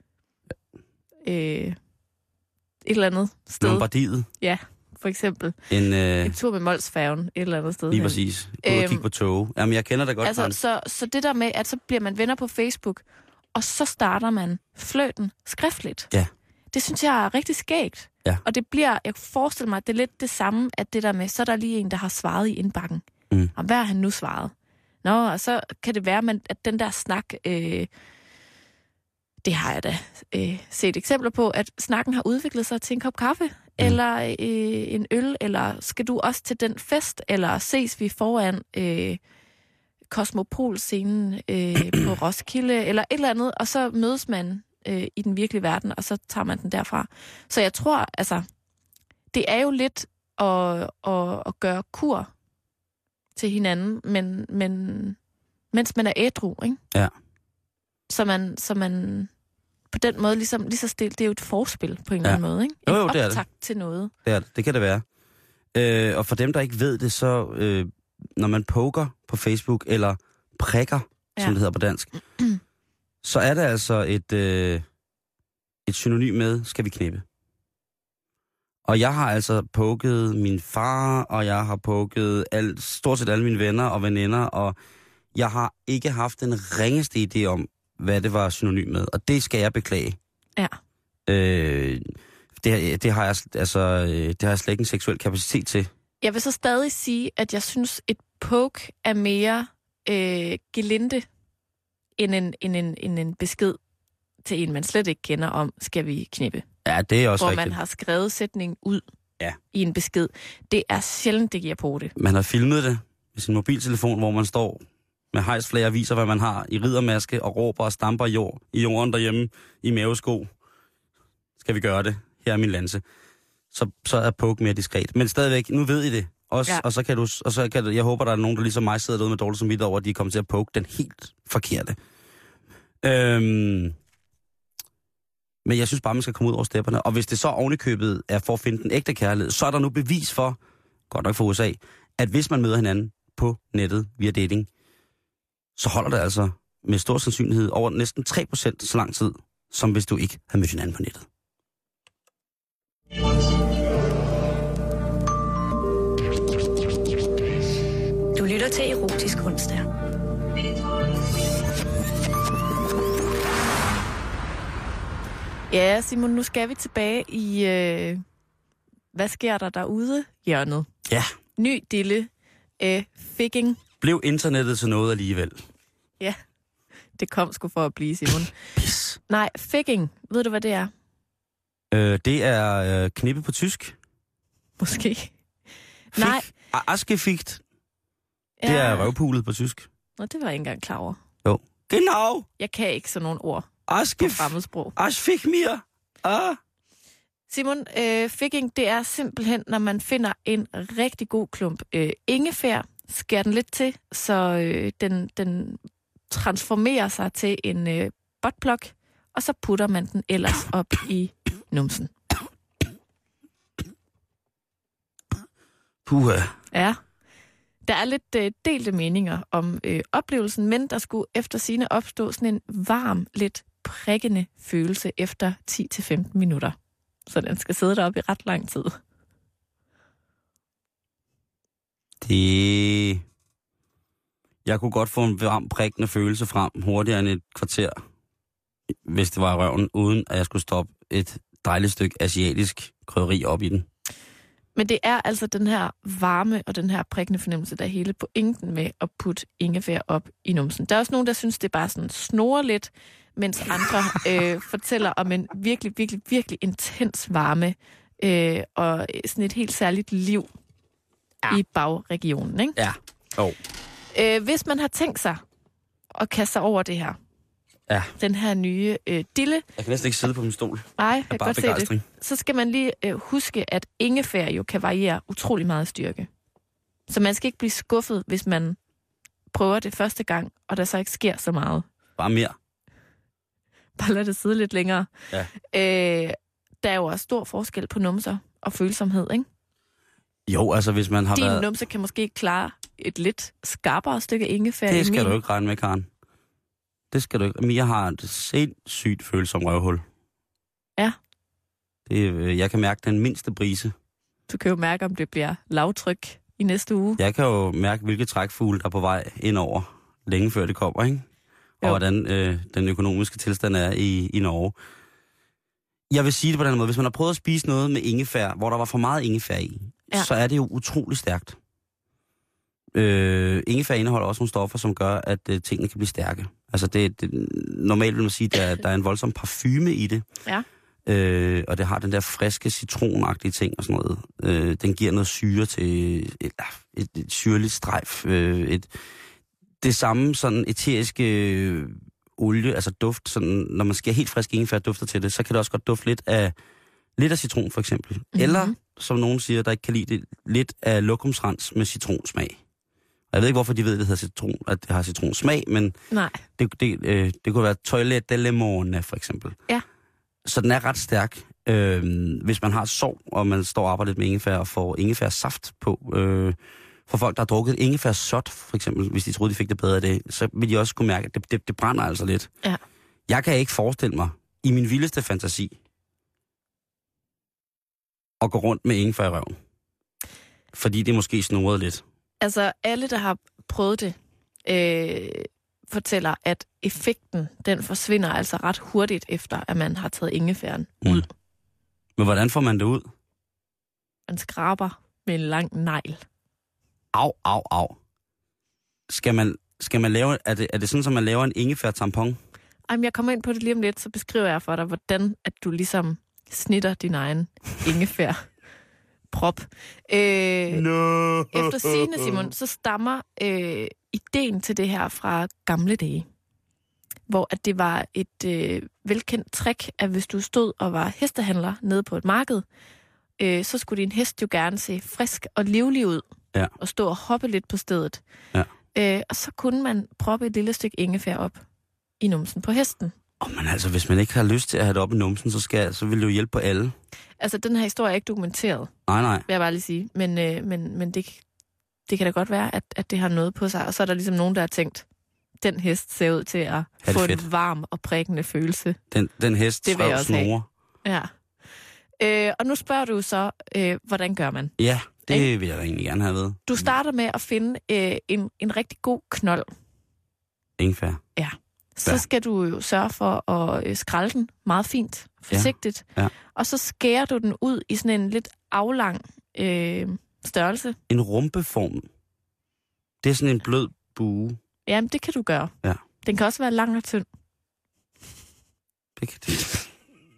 G: øh, et eller andet sted.
H: Lombardiet.
G: Ja, for eksempel.
H: En, øh,
G: en tur med Molsfærgen et eller andet sted.
H: Lige præcis. Gå og kigge på tog. Jamen, jeg kender det godt.
G: Altså, så, så det der med, at så bliver man venner på Facebook, og så starter man flirten skriftligt.
H: Ja. Det
G: synes jeg er rigtig skægt.
H: Ja.
G: Og det bliver, jeg forestiller mig, at det er lidt det samme, at det der med, så er der lige en, der har svaret i indbakken.
H: Mm.
G: Og hvad har han nu svaret? Nå, og så kan det være, at den der snak, øh, det har jeg da øh, set eksempler på, at snakken har udviklet sig til en kop kaffe, mm. eller øh, en øl, eller skal du også til den fest, eller ses vi foran øh, Kosmopol-scenen øh, på Roskilde, eller et eller andet, og så mødes man øh, i den virkelige verden, og så tager man den derfra. Så jeg tror, altså, det er jo lidt at, at, at gøre kur til hinanden, men, men mens man er ædru, ikke?
H: Ja.
G: Så man, så man på den måde ligesom, lige så stille, det er jo et forspil på en ja. eller anden måde, ikke? En
H: jo, jo, det er
G: optakt
H: det.
G: til noget.
H: Det er det. Det kan det være. Øh, og for dem, der ikke ved det, så øh, når man poker på Facebook, eller prikker, ja. som det hedder på dansk, så er det altså et, øh, et synonym med, skal vi knippe. Og jeg har altså poket min far, og jeg har poket alt, stort set alle mine venner og veninder, og jeg har ikke haft den ringeste idé om, hvad det var synonym med. Og det skal jeg beklage.
G: Ja.
H: Øh, det, det, har jeg, altså, det har jeg slet ikke en seksuel kapacitet til.
G: Jeg vil så stadig sige, at jeg synes, et poke er mere øh, gelinde end en, end, en, end en besked til en, man slet ikke kender om, skal vi knippe.
H: Ja, det er også
G: hvor
H: rigtigt.
G: Man har skrevet sætningen ud
H: ja.
G: i en besked. Det er sjældent, det giver på det.
H: Man har filmet det med sin mobiltelefon, hvor man står med hejsflag og viser, hvad man har i riddermaske og råber og stamper jord, i jorden derhjemme i mavesko. Skal vi gøre det? Her er min lanse. Så, så er poke mere diskret. Men stadigvæk, nu ved I det. Også, ja. Og så kan du, og så kan du, jeg håber, der er nogen, der ligesom mig sidder derude med dårligt som vidt over, at de kommer til at poke den helt forkerte. Øhm, men jeg synes bare, man skal komme ud over stepperne. Og hvis det så ovenikøbet er for at finde den ægte kærlighed, så er der nu bevis for, godt nok for U S A, at hvis man møder hinanden på nettet via dating, så holder det altså med stor sandsynlighed over næsten tre procent så lang tid, som hvis du ikke havde mødt hinanden på nettet.
F: Du lytter til Erotisk Onsdag.
G: Ja, Simon, nu skal vi tilbage i, øh, hvad sker der derude, hjørnet?
H: Ja.
G: Ny dille, øh, figging.
H: Blev internettet til noget alligevel?
G: Ja, det kom sgu for at blive, Simon.
H: Pis.
G: Nej, figging, ved du, hvad det er?
H: Øh, det er øh, knippe på tysk.
G: Måske.
H: Fik.
G: Nej.
H: Askefigt. Ja. Det er røvpulet på tysk.
G: Nå, det var jeg ikke engang klar over.
H: Jo. Genau.
G: Jeg kan ikke sådan nogle ord
H: Askef-
G: på fremmedsprog.
H: Askefik mir. Ah.
G: Simon, øh, figging, det er simpelthen, når man finder en rigtig god klump øh, ingefær, skærer den lidt til, så øh, den, den transformerer sig til en øh, buttplug, og så putter man den ellers op i numsen.
H: Puha.
G: Ja. Der er lidt øh, delte meninger om øh, oplevelsen, men der skulle efter sigende opstå sådan en varm, lidt prikkende følelse efter ti til femten minutter. Så den skal sidde deroppe i ret lang tid.
H: Det... Jeg kunne godt få en varm, prikkende følelse frem hurtigere end et kvarter, hvis det var i røven, uden at jeg skulle stoppe et dejligt stykke asiatisk krydderi op i den.
G: Men det er altså den her varme og den her prikkende fornemmelse, der er hele pointen med at putte ingefær op i numsen. Der er også nogen, der synes, det er bare sådan snurrer lidt, mens andre øh, fortæller om en virkelig, virkelig, virkelig intens varme øh, og sådan et helt særligt liv ja. i bagregionen, ikke?
H: Ja. Oh.
G: Øh, hvis man har tænkt sig at kaste sig over det her,
H: ja.
G: den her nye øh, dille.
H: Jeg kan næsten ikke sidde på min stol.
G: Nej, jeg kan godt se det. Så skal man lige øh, huske, at ingefær jo kan variere utrolig meget i styrke. Så man skal ikke blive skuffet, hvis man prøver det første gang, og der så ikke sker så meget.
H: Bare mere.
G: Bare lad det sidde lidt længere.
H: Ja.
G: Øh, der er jo også stor forskel på numser og følsomhed, ikke?
H: Jo, altså hvis man har
G: Din
H: været...
G: Din numse kan måske klare et lidt skarpere stykke ingefær.
H: Det skal du ikke regne med, Karen. Det skal du ikke. Mia har et sindssygt følsom røvhul.
G: Ja.
H: Det, jeg kan mærke den mindste brise.
G: Du kan jo mærke, om det bliver lavtryk i næste uge.
H: Jeg kan jo mærke, hvilke trækfugle, der er på vej indover, længe før det kommer, ikke? Og jo. hvordan øh, den økonomiske tilstand er i, i Norge. Jeg vil sige det på den måde. Hvis man har prøvet at spise noget med ingefær, hvor der var for meget ingefær i, ja. så er det jo utrolig stærkt. Øh, ingefær indeholder også nogle stoffer, som gør, at øh, tingene kan blive stærke. Altså det, det normalt vil man sige, at der, der er en voldsom parfume i det.
G: Ja.
H: Øh, og det har den der friske citronagtige ting og sådan noget. Øh, den giver noget syre til et, et, et syrligt strejf. Øh, et, det samme sådan eteriske øh, olie, altså duft, sådan, når man skærer helt frisk ingefær dufter til det, så kan det også godt dufte lidt af, lidt af citron for eksempel. Mm-hmm. Eller, som nogen siger, der ikke kan lide det, lidt af lokumsrens med citronsmag. Jeg ved ikke, hvorfor de ved, at det hedder citron, at det har citronsmag, men
G: Nej.
H: Det, det, øh, det kunne være toilet de limone, for eksempel.
G: Ja.
H: Så den er ret stærk. Øh, hvis man har sov, og man står og arbejder lidt med ingefær, og får ingefærsaft på, øh, for folk, der har drukket ingefærsot, for eksempel, hvis de troede, de fik det bedre af det, så vil de også kunne mærke, at det, det, det brænder altså lidt.
G: Ja.
H: Jeg kan ikke forestille mig, i min vildeste fantasi, at gå rundt med ingefær i røven. Fordi det måske snurrede lidt. Altså,
G: alle, der har prøvet det, øh, fortæller, at effekten, den forsvinder altså ret hurtigt, efter at man har taget ingefæren ud. Mm.
H: Men hvordan får man det ud?
G: Man skraber med en lang negl.
H: Au, au, au. Skal man, skal man lave, er det, er det sådan, at man laver en ingefær-tampon?
G: Jamen, jeg kommer ind på det lige om lidt, så beskriver jeg for dig, hvordan at du ligesom snitter din egen ingefær. Prop. Øh,
H: no.
G: Efter sigende, Simon, så stammer øh, ideen til det her fra gamle dage. Hvor at det var et øh, velkendt trick, at hvis du stod og var hestehandler nede på et marked, øh, så skulle din hest jo gerne se frisk og livlig ud.
H: Ja.
G: Og stå og hoppe lidt på stedet.
H: Ja.
G: Øh, og så kunne man proppe et lille stykke ingefær op i numsen på hesten.
H: Oh, men altså, hvis man ikke har lyst til at have det op i numsen, så, skal, så vil det jo hjælpe på alle.
G: Altså, den her historie er ikke dokumenteret.
H: Nej, nej.
G: Vil jeg bare lige sige. Men, øh, men, men det, det kan da godt være, at, at det har noget på sig. Og så er der ligesom nogen, der har tænkt, den hest ser ud til at få fedt. En varm og prikkende følelse.
H: Den, den hest tror snore.
G: Ja. Øh, og nu spørger du så, øh, hvordan gør man?
H: Ja, det øh? vil jeg da egentlig gerne have ved.
G: Du starter med at finde øh, en, en rigtig god knold.
H: Ingefær.
G: Ja. Så skal du jo sørge for at øh, skrælle den meget fint, forsigtigt.
H: Ja. Ja.
G: Og så skærer du den ud i sådan en lidt aflang øh, størrelse.
H: En rumpeform. Det er sådan en blød bue.
G: Jamen, det kan du gøre.
H: Ja.
G: Den kan også være lang og tynd.
H: Det kan det.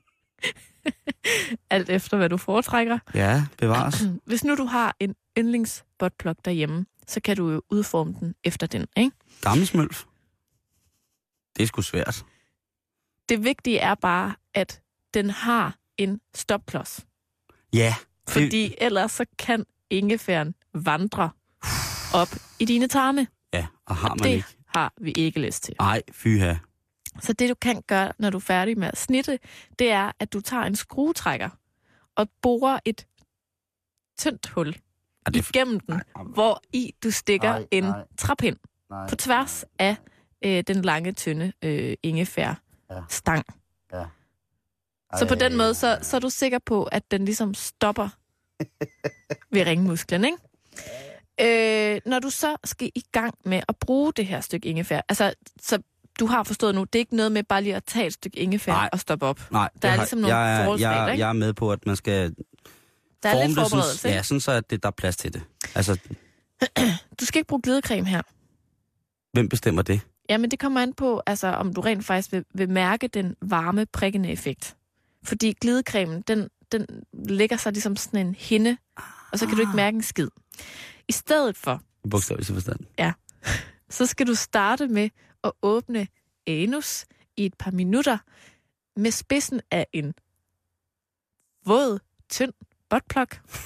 G: Alt efter, hvad du foretrækker.
H: Ja, bevares.
G: Hvis nu du har en yndlingsbotplug derhjemme, så kan du jo udforme den efter den, ikke?
H: Gammelsmølf. Det er sgu svært.
G: Det vigtige er bare, at den har en stopklods.
H: Ja.
G: Det... Fordi ellers så kan ingefæren vandre op i dine tarme.
H: Ja, og har
G: og
H: man
G: det
H: ikke.
G: har vi ikke lyst til.
H: Nej, fyha.
G: Så det du kan gøre, når du er færdig med at snitte, det er, at du tager en skruetrækker og borer et tyndt hul det... igennem den, hvor i du stikker nej, en nej. træpind nej, på tværs nej. af øh, den lange, tynde øh, ingefær-stang. Ja. Ja. Så på den måde, så, så er du sikker på, at den ligesom stopper ved ringmusklen, ikke? Øh, når du så skal i gang med at bruge det her stykke ingefær, altså, så du har forstået nu, det er ikke noget med bare lige at tage et stykke ingefær Nej. og stoppe op.
H: Nej,
G: der er
H: har,
G: ligesom nogle
H: jeg,
G: forholdsregler,
H: jeg,
G: ikke?
H: jeg er med på, at man skal
G: der er
H: forme
G: lidt
H: det
G: forberedelse,
H: sådan, ja, sådan så at det, der er plads til det. Altså,
G: du skal ikke bruge glidecreme her.
H: Hvem bestemmer det?
G: Jamen, det kommer an på, altså, om du rent faktisk vil, vil mærke den varme, prikkende effekt. Fordi glidecremen, den, den lægger sig ligesom sådan en hinde, og så kan du ikke mærke en skid. I stedet for...
H: I bogstavelig forstand.
G: Ja. Så skal du starte med at åbne anus i et par minutter med spidsen af en våd, tynd buttplug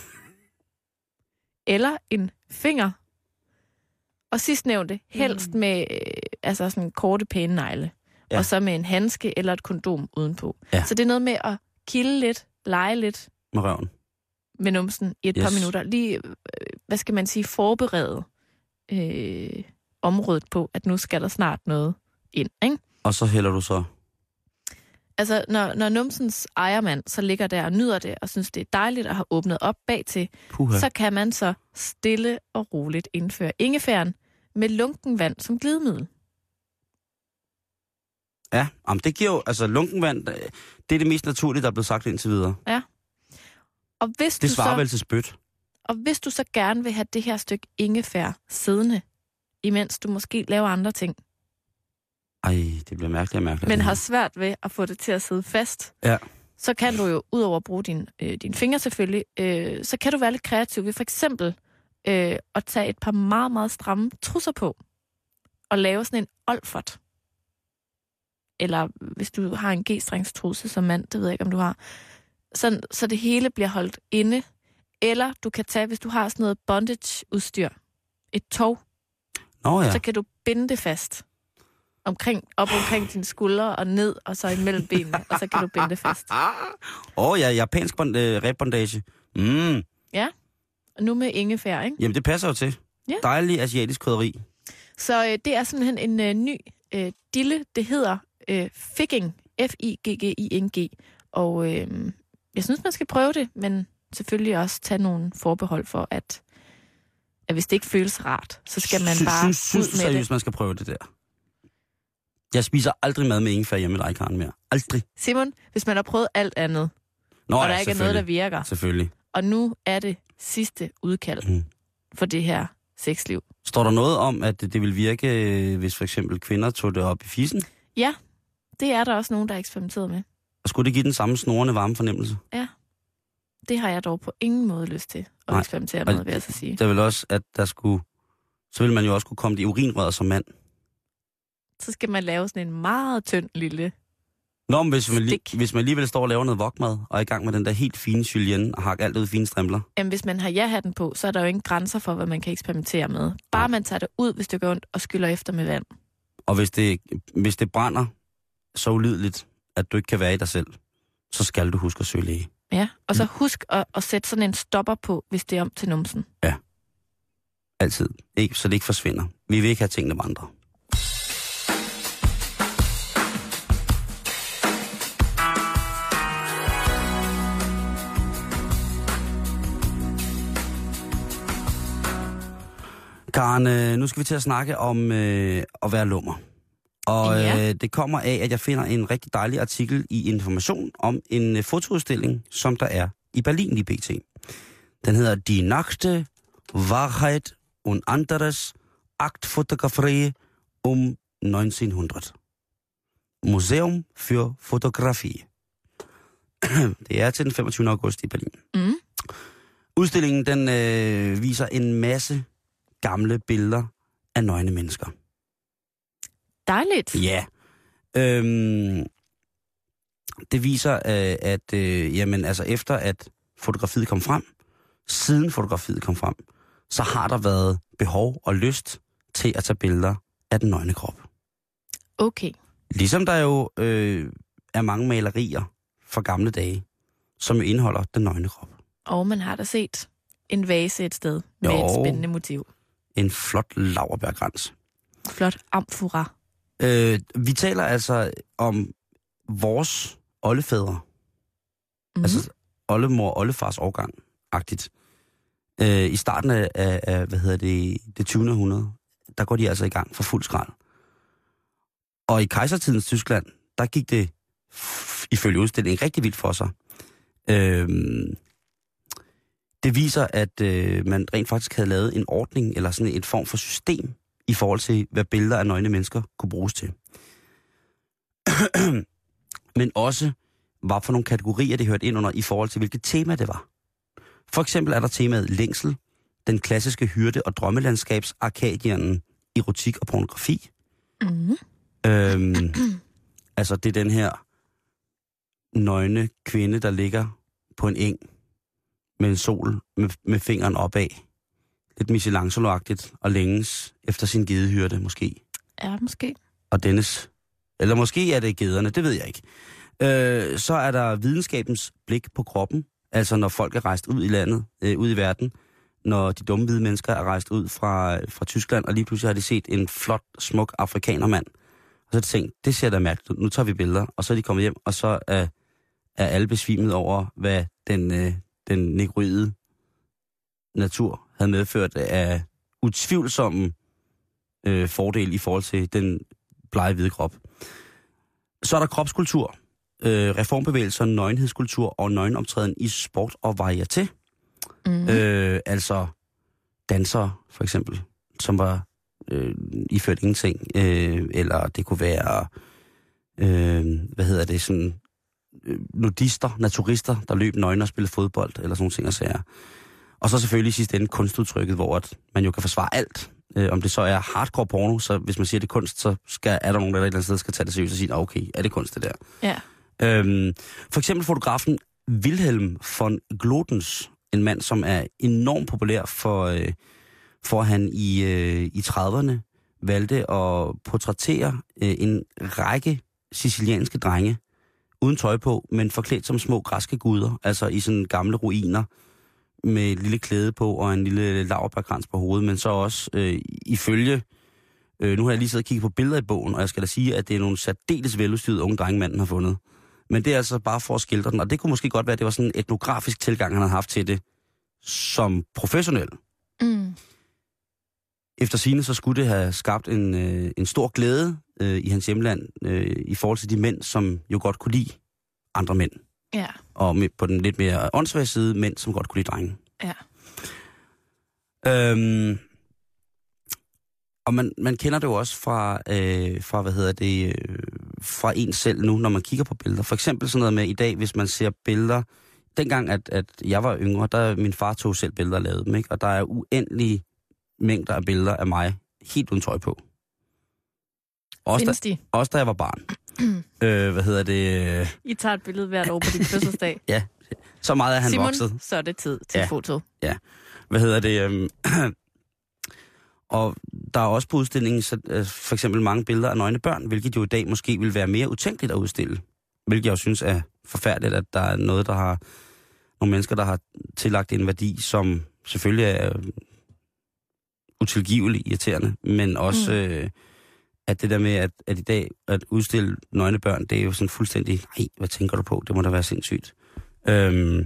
G: eller en finger. Og sidstnævnte, helst med øh, altså sådan korte, pæne negle. Ja. Og så med en handske eller et kondom udenpå. Ja. Så det er noget med at kilde lidt, lege lidt.
H: Med røven.
G: Med numsen i et yes. par minutter. Lige, øh, hvad skal man sige, forberede øh, området på, at nu skal der snart noget ind, ikke?
H: Og så hælder du så?
G: Altså, når, når numsens ejermand så ligger der og nyder det, og synes, det er dejligt at have åbnet op bag til, Puha. så kan man så stille og roligt indføre ingefæren med lunken vand som glidemiddel.
H: Ja, om det giver jo, altså lunken vand, det er det mest naturlige, der er blevet sagt indtil videre.
G: Ja. Og hvis
H: det
G: du
H: svarer
G: så,
H: vel til spyt.
G: Og hvis du så gerne vil have det her stykke ingefær siddende, imens du måske laver andre ting,
H: ej, det bliver mærkeligt og mærkeligt.
G: men har svært ved at få det til at sidde fast,
H: ja.
G: så kan du jo, udover at bruge din, øh, dine fingre selvfølgelig, øh, så kan du være lidt kreativ ved for eksempel øh, at tage et par meget, meget stramme trusser på og lave sådan en olfert. Eller hvis du har en G-strengstrusse som mand, det ved jeg ikke, om du har, så, så det hele bliver holdt inde. Eller du kan tage, hvis du har sådan noget bondage-udstyr, et tog,
H: Nå, ja.
G: så kan du binde det fast. Omkring, op omkring dine skuldre og ned, og så imellem benene, og så kan du binde det fast.
H: Åh oh, ja, japansk bond- øh, rebondage. Mm.
G: Ja, og nu med ingefær, ikke?
H: Jamen, det passer jo til.
G: Ja.
H: Dejlig asiatisk krydderi.
G: Så øh, det er simpelthen en øh, ny øh, dille, det hedder øh, Figging, F I G G I N G. Og øh, jeg synes, man skal prøve det, men selvfølgelig også tage nogle forbehold for, at, at hvis det ikke føles rart, så skal man
H: Sy-
G: bare
H: sy- synes
G: ud
H: du
G: med
H: seriøst,
G: det.
H: man skal prøve det der? Jeg spiser aldrig mad med ingefær hjemme med dig, Karen, mere. Aldrig.
G: Simon, hvis man har prøvet alt andet,
H: Nå,
G: og
H: ja,
G: der ikke er noget, der virker,
H: selvfølgelig.
G: og nu er det sidste udkald mm. for det her sexliv.
H: Står der noget om, at det vil virke, hvis for eksempel kvinder tog det op i fissen?
G: Ja, det er der også nogen, der har eksperimenteret med.
H: Og skulle det give den samme snorende varme fornemmelse?
G: Ja, det har jeg dog på ingen måde lyst til at Nej. eksperimentere med, vil jeg så sige.
H: Der vil også, at der skulle, så vil man jo også kunne komme i urinrøret som mand.
G: Så skal man lave sådan en meget tynd lille
H: Nå, men hvis man, li- hvis man alligevel står og laver noget wokmad, og er i gang med den der helt fine julienne, og hakker alt ud i fine strimler.
G: Jamen, hvis man har ja-hatten på, så er der jo ingen grænser for, hvad man kan eksperimentere med. Bare man tager det ud, hvis det går ondt, og skyller efter med vand.
H: Og hvis det, hvis det brænder så ulydeligt, at du ikke kan være i dig selv, så skal du huske at søge læge.
G: Ja, og så husk at, at sætte sådan en stopper på, hvis det er om til numsen.
H: Ja. Altid. Ikke, så det ikke forsvinder. Vi vil ikke have tingene med andre. Karen, nu skal vi til at snakke om øh, at være lummer. Og
G: ja.
H: øh, det kommer af, at jeg finder en rigtig dejlig artikel i Information om en øh, fotoudstilling, som der er i Berlin i B T. Den hedder Die nackte Wahrheit und anderes Aktfotografie um neunzehnhundert. Museum für Fotografie. Det er til den femogtyvende august i Berlin.
G: Mm.
H: Udstillingen den øh, viser en masse gamle billeder af nøgne mennesker.
G: Dejligt.
H: Ja. Øhm, det viser, øh, at øh, jamen, altså efter at fotografiet kom frem, siden fotografiet kom frem, så har der været behov og lyst til at tage billeder af den nøgne krop.
G: Okay.
H: Ligesom der jo øh, er mange malerier fra gamle dage, som jo indeholder den nøgne krop.
G: Og man har da set en vase et sted med
H: jo,
G: et spændende motiv.
H: En flot laurbærkrans.
G: Flot amfora.
H: Øh, vi taler altså om vores oldefædre. Mm-hmm. Altså oldemor og oldefars årgang-agtigt. Øh, I starten af, af, af, hvad hedder det, det tyvende århundrede, der går de altså i gang for fuld skrald. Og i kejsertidens Tyskland, der gik det f- ifølge udstillingen rigtig vildt for sig. Øh, det viser, at øh, man rent faktisk havde lavet en ordning, eller sådan et form for system, i forhold til, hvad billeder af nøgne mennesker kunne bruges til. Men også, hvad for nogle kategorier det hørte ind under, i forhold til, hvilket tema det var. For eksempel er der temaet længsel, den klassiske hyrde- og drømmelandskabs, arkadiernen, erotik og pornografi. Mm-hmm. Øhm, altså, det er den her nøgne kvinde, der ligger på en eng med en sol med, med fingeren opad. Lidt Michelangelo-agtigt og længes efter sin gedehyrde, måske.
G: Ja, måske.
H: Og dennes. Eller måske er det gederne, det ved jeg ikke. Øh, så er der videnskabens blik på kroppen. Altså når folk er rejst ud i landet, øh, ud i verden. Når de dumme hvide mennesker er rejst ud fra, fra Tyskland, og lige pludselig har de set en flot, smuk afrikanermand. Og så har de tænkt, det ser da mærkeligt ud. Nu tager vi billeder. Og så er de kommet hjem, og så er, er alle besvimet over, hvad den, øh, den negroide natur havde medført af utvivlsomme øh, fordel i forhold til den blege hvide krop. Så er der kropskultur, øh, reformbevægelser, nøgenhedskultur og nøgenoptræden i sport og varieté. Mm. Øh, altså dansere, for eksempel, som var øh, iført ingenting. Øh, eller det kunne være, øh, hvad hedder det, sådan øh, nudister, naturister, der løb nøgne og spillede fodbold, eller sådan nogle ting og sager. Og så selvfølgelig i sidste ende kunstudtrykket, hvor at man jo kan forsvare alt. Øh, om det så er hardcore porno, så hvis man siger, det er kunst, så skal, er der nogen, der et eller andet sted skal tage det seriøst og sige, okay, er det kunst det der?
G: Ja.
H: Øhm, for eksempel fotografen Wilhelm von Glotens, en mand, som er enormt populær for, øh, for han i, øh, i trediverne valgte at portrættere øh, en række sicilianske drenge, uden tøj på, men forklædt som små græske guder, altså i sådan gamle ruiner, med et lille klæde på og en lille laurbærkrans på hovedet, men så også øh, ifølge, øh, nu har jeg lige siddet og kigget på billeder i bogen, og jeg skal da sige, at det er nogle særdeles veludstyrede unge drenge, manden har fundet. Men det er altså bare for at skildre den, og det kunne måske godt være, at det var sådan en etnografisk tilgang, han har haft til det, som professionel. Mm. Efter sigende, så skulle det have skabt en, øh, en stor glæde øh, i hans hjemland, øh, i forhold til de mænd, som jo godt kunne lide andre mænd.
G: Ja.
H: Og med, på den lidt mere åndssvage side, mænd, som godt kunne lide drenge.
G: Ja.
H: Øhm, og man, man kender det jo også fra, øh, fra, hvad hedder det, øh, fra en selv nu, når man kigger på billeder. For eksempel sådan noget med i dag, hvis man ser billeder. Dengang, at, at jeg var yngre, der min far tog selv billeder og lavede dem, ikke? Og der er uendelige mængder af billeder af mig, helt uden tøj på. Også
G: Findes
H: da,
G: de?
H: også da jeg var barn. øh, hvad hedder det?
G: I tager et billede hvert år på din fødselsdag.
H: Ja, så meget er han
G: Simon,
H: vokset.
G: så er det tid til
H: ja.
G: foto.
H: Ja, hvad hedder det? Øhm, og der er også på udstillingen så, øh, for eksempel mange billeder af nøgne børn, hvilket jo i dag måske vil være mere utænkeligt at udstille. Hvilket jeg jo synes er forfærdeligt, at der er noget, der har nogle mennesker, der har tillagt en værdi, som selvfølgelig er utilgiveligt irriterende, men også mm. øh, at det der med, at, at i dag at udstille nøgne børn, det er jo sådan fuldstændig, nej, hvad tænker du på? Det må da være sindssygt. Øhm,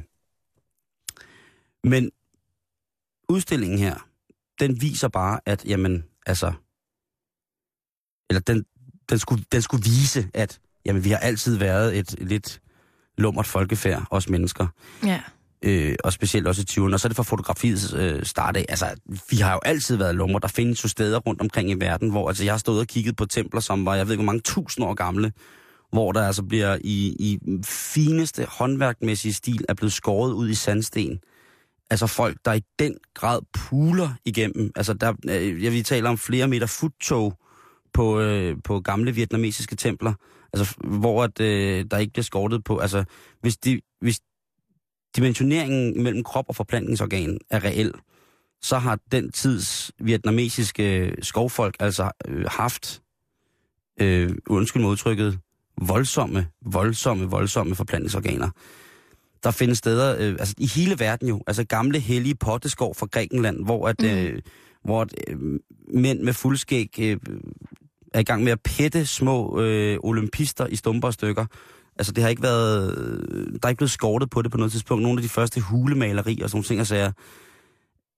H: men udstillingen her, den viser bare, at jamen, altså, eller den, den, skulle, den skulle vise, at jamen, vi har altid været et lidt lummert folkefærd, os mennesker.
G: Ja.
H: Øh, og specielt også i tyverne. Og så er det fra fotografiets øh, start af. Altså, vi har jo altid været lummer. Der findes jo steder rundt omkring i verden, hvor altså, jeg har stået og kigget på templer, som var, jeg ved ikke, hvor mange tusind år gamle, hvor der altså bliver i, i fineste håndværkmæssige stil er blevet skåret ud i sandsten. Altså folk, der i den grad puler igennem. Altså, der, øh, jeg vil tale om flere meter futtog på, øh, på gamle vietnamesiske templer. Altså, hvor at, øh, der ikke bliver skåret på. Altså, hvis, de, hvis dimensioneringen mellem krop og forplantningsorgan er reel, så har den tids vietnamesiske skovfolk altså øh, haft, øh, undskyld mig udtrykket, voldsomme, voldsomme, voldsomme forplantningsorganer. Der findes steder, øh, altså i hele verden jo, altså gamle hellige potteskov fra Grækenland, hvor at, mm. øh, hvor at, øh, mænd med fuldskæg øh, er i gang med at pætte små øh, olympister i stumper og stykker. Altså det har ikke været, der er ikke blevet skortet på det på noget tidspunkt. Nogle af de første hulemalerier og sådan nogle ting, og sager,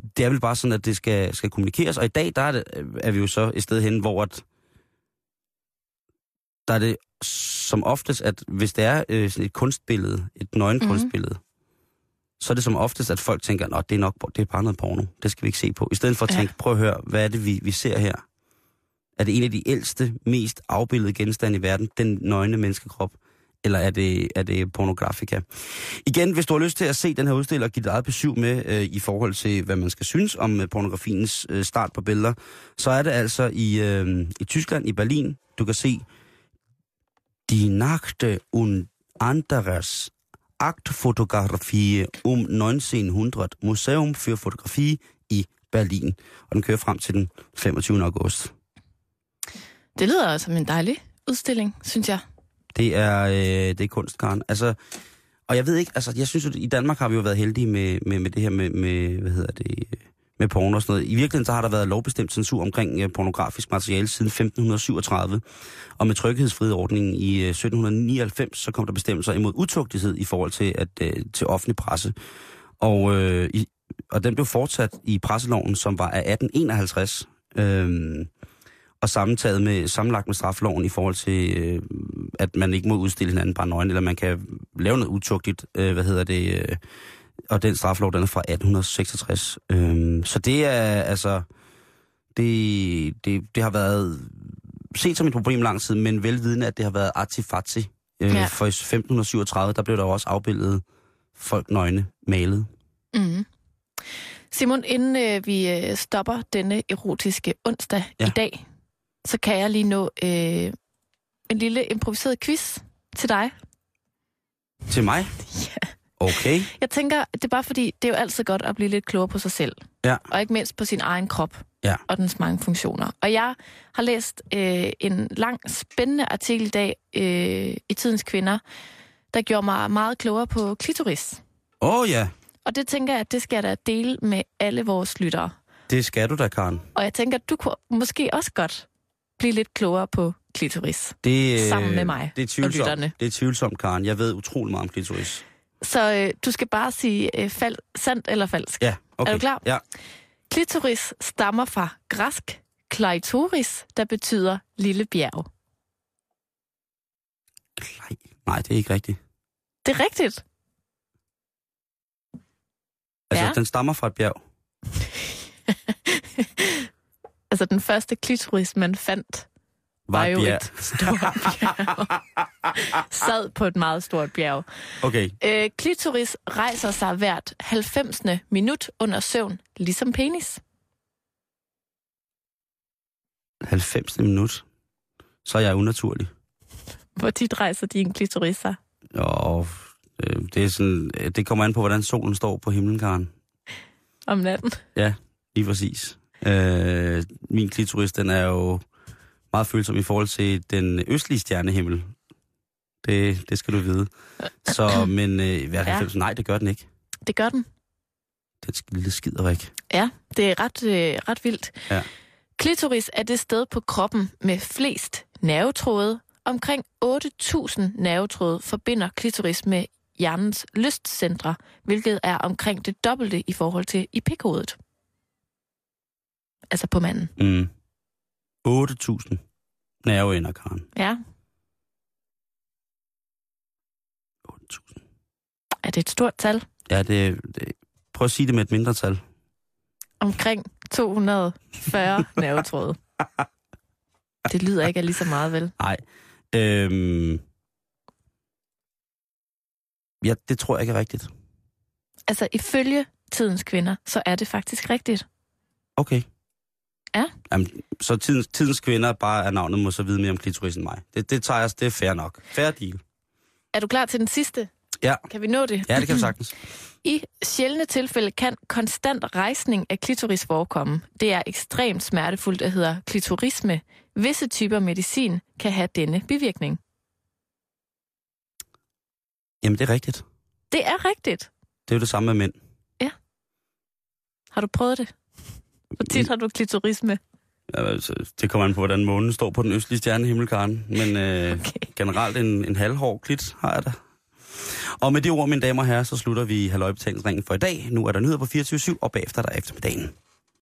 H: det er vel bare sådan, at det skal, skal kommunikeres. Og i dag, der er, det, er vi jo så et sted hen, hvor at, der er det som oftest, at hvis det er øh, sådan et kunstbillede, et nøgenkunstbillede, mm-hmm. så er det som oftest, at folk tænker, at det er nok det er bare noget porno. Det skal vi ikke se på. I stedet for at tænke, prøv at høre, hvad er det, vi, vi ser her? Er det en af de ældste, mest afbildede genstande i verden, den nøgne menneskekrop? Eller er det, er det pornografika? Igen, hvis du har lyst til at se den her udstilling og give dit eget besøg med øh, i forhold til, hvad man skal synes om øh, pornografiens øh, start på billeder, så er det altså i, øh, i Tyskland, i Berlin. Du kan se Die Nachte und anderes Aktfotografie um nitten hundrede, Museum für Fotografie i Berlin. Og den kører frem til den femogtyvende august.
G: Det lyder som en dejlig udstilling, synes jeg.
H: Det er, øh, det er kunst, Karen. Altså, og jeg ved ikke, altså, jeg synes, at i Danmark har vi jo været heldige med, med, med det her med, med, hvad hedder det, med porno og sådan noget. I virkeligheden så har der været lovbestemt censur omkring øh, pornografisk materiale siden femten syvogtredive. Og med tryghedsfrihedsordningen i øh, sytten nioghalvfems, så kom der bestemmelser imod utugtighed i forhold til, at, øh, til offentlig presse. Og, øh, i, og den blev fortsat i presseloven, som var af atten enoghalvtreds. Øh, og sammentagt med, sammenlagt med straffeloven i forhold til, øh, at man ikke må udstille hinanden bare nøgen, eller man kan lave noget utugtigt, øh, hvad hedder det, øh, og den straffelov, den er fra atten seksogtres. Øh, så det er, altså, det, det, det har været set som et problem lang tid, men velvidende, at det har været artifatsi. Øh, ja. For i femten syvogtredive, der blev der også afbildet folk nøgne malet.
G: Mm. Simon, inden øh, vi øh, stopper denne erotiske onsdag ja. i dag, så kan jeg lige nå øh, en lille improviseret quiz til dig.
H: Til mig?
G: Ja.
H: Okay.
G: Jeg tænker, det er bare fordi, det er jo altid godt at blive lidt klogere på sig selv.
H: Ja.
G: Og ikke mindst på sin egen krop.
H: Ja.
G: Og dens mange funktioner. Og jeg har læst øh, en lang, spændende artikel i dag øh, i Tidens Kvinder, der gjorde mig meget klogere på klitoris.
H: Åh oh, ja.
G: Og det tænker jeg, at det skal jeg da dele med alle vores lyttere.
H: Det skal du da, Karen.
G: Og jeg tænker, at du kunne måske også godt blive lidt klogere på klitoris.
H: Det,
G: sammen med mig
H: det er
G: og lytterne.
H: Det er tvivlsomt, Karen. Jeg ved utrolig meget om klitoris.
G: Så øh, du skal bare sige øh, fald, sandt eller falsk.
H: Ja, okay.
G: Er du klar?
H: Ja.
G: Klitoris stammer fra græsk kleitoris, der betyder lille bjerg.
H: Nej, nej, det er ikke rigtigt.
G: Det er rigtigt.
H: Altså,
G: ja.
H: Den stammer fra et bjerg.
G: Altså, den første klitoris, man fandt, var, var jo bjerg. et stort bjerg. Sad på et meget stort bjerg.
H: Okay.
G: Øh, klitoris rejser sig hvert halvfemsende minut under søvn, ligesom penis.
H: halvfemsende minut? Så er jeg unaturlig.
G: Hvor tit rejser din klitoris sig?
H: Jo, det er sådan, det kommer an på, hvordan solen står på himlen, Karen.
G: Om natten?
H: Ja, lige præcis. Øh, min klitoris, den er jo meget følsom i forhold til den østlige stjernehimmel. Det, det skal du vide. Så, men øh, hvert halvfems, ja. Nej, det gør den ikke.
G: Det gør den.
H: Den skal lille skider væk.
G: Ja, det er ret, øh, ret vildt.
H: Ja.
G: Klitoris er det sted på kroppen med flest nervetråde. Omkring otte tusind nervetråde forbinder klitoris med hjernens lystcentre, hvilket er omkring det dobbelte i forhold til i pikhovedet. Altså på manden.
H: Mm. otte tusind nerveender, Karen.
G: Ja.
H: otte tusind.
G: Er det et stort tal?
H: Ja, det, det prøv at sige det med et mindre tal.
G: Omkring to hundrede og fyrre nervetråde. Det lyder ikke af lige så meget, vel?
H: Nej. Øhm... Ja, det tror jeg ikke er rigtigt.
G: Altså, ifølge Tidens Kvinder, så er det faktisk rigtigt.
H: Okay.
G: Ja.
H: Jamen, så tidens, tidens Kvinder bare er navnet, må så vide mere om klitoris end mig. Det, det tager jeg, det er fair nok. Fair deal.
G: Er du klar til den sidste?
H: Ja.
G: Kan vi nå det?
H: Ja, det kan vi sagtens.
G: I sjældne tilfælde kan konstant rejsning af klitoris forekomme. Det er ekstremt smertefuldt, der hedder klitorisme. Visse typer medicin kan have denne bivirkning.
H: Jamen, det er rigtigt.
G: Det er rigtigt.
H: Det er jo det samme med mænd.
G: Ja. Har du prøvet det? Hvor tit har du klitorisme?
H: Ja, altså, det kommer an på, hvordan månen står på den østlige stjernehimmel, Karen. Men øh, okay. Generelt en, en halvhård klit har jeg da. Og med det ord, mine damer og herrer, så slutter vi Halløj Betalingsringen for i dag. Nu er der nyheder på fireogtyve syv, og bagefter der eftermiddagen.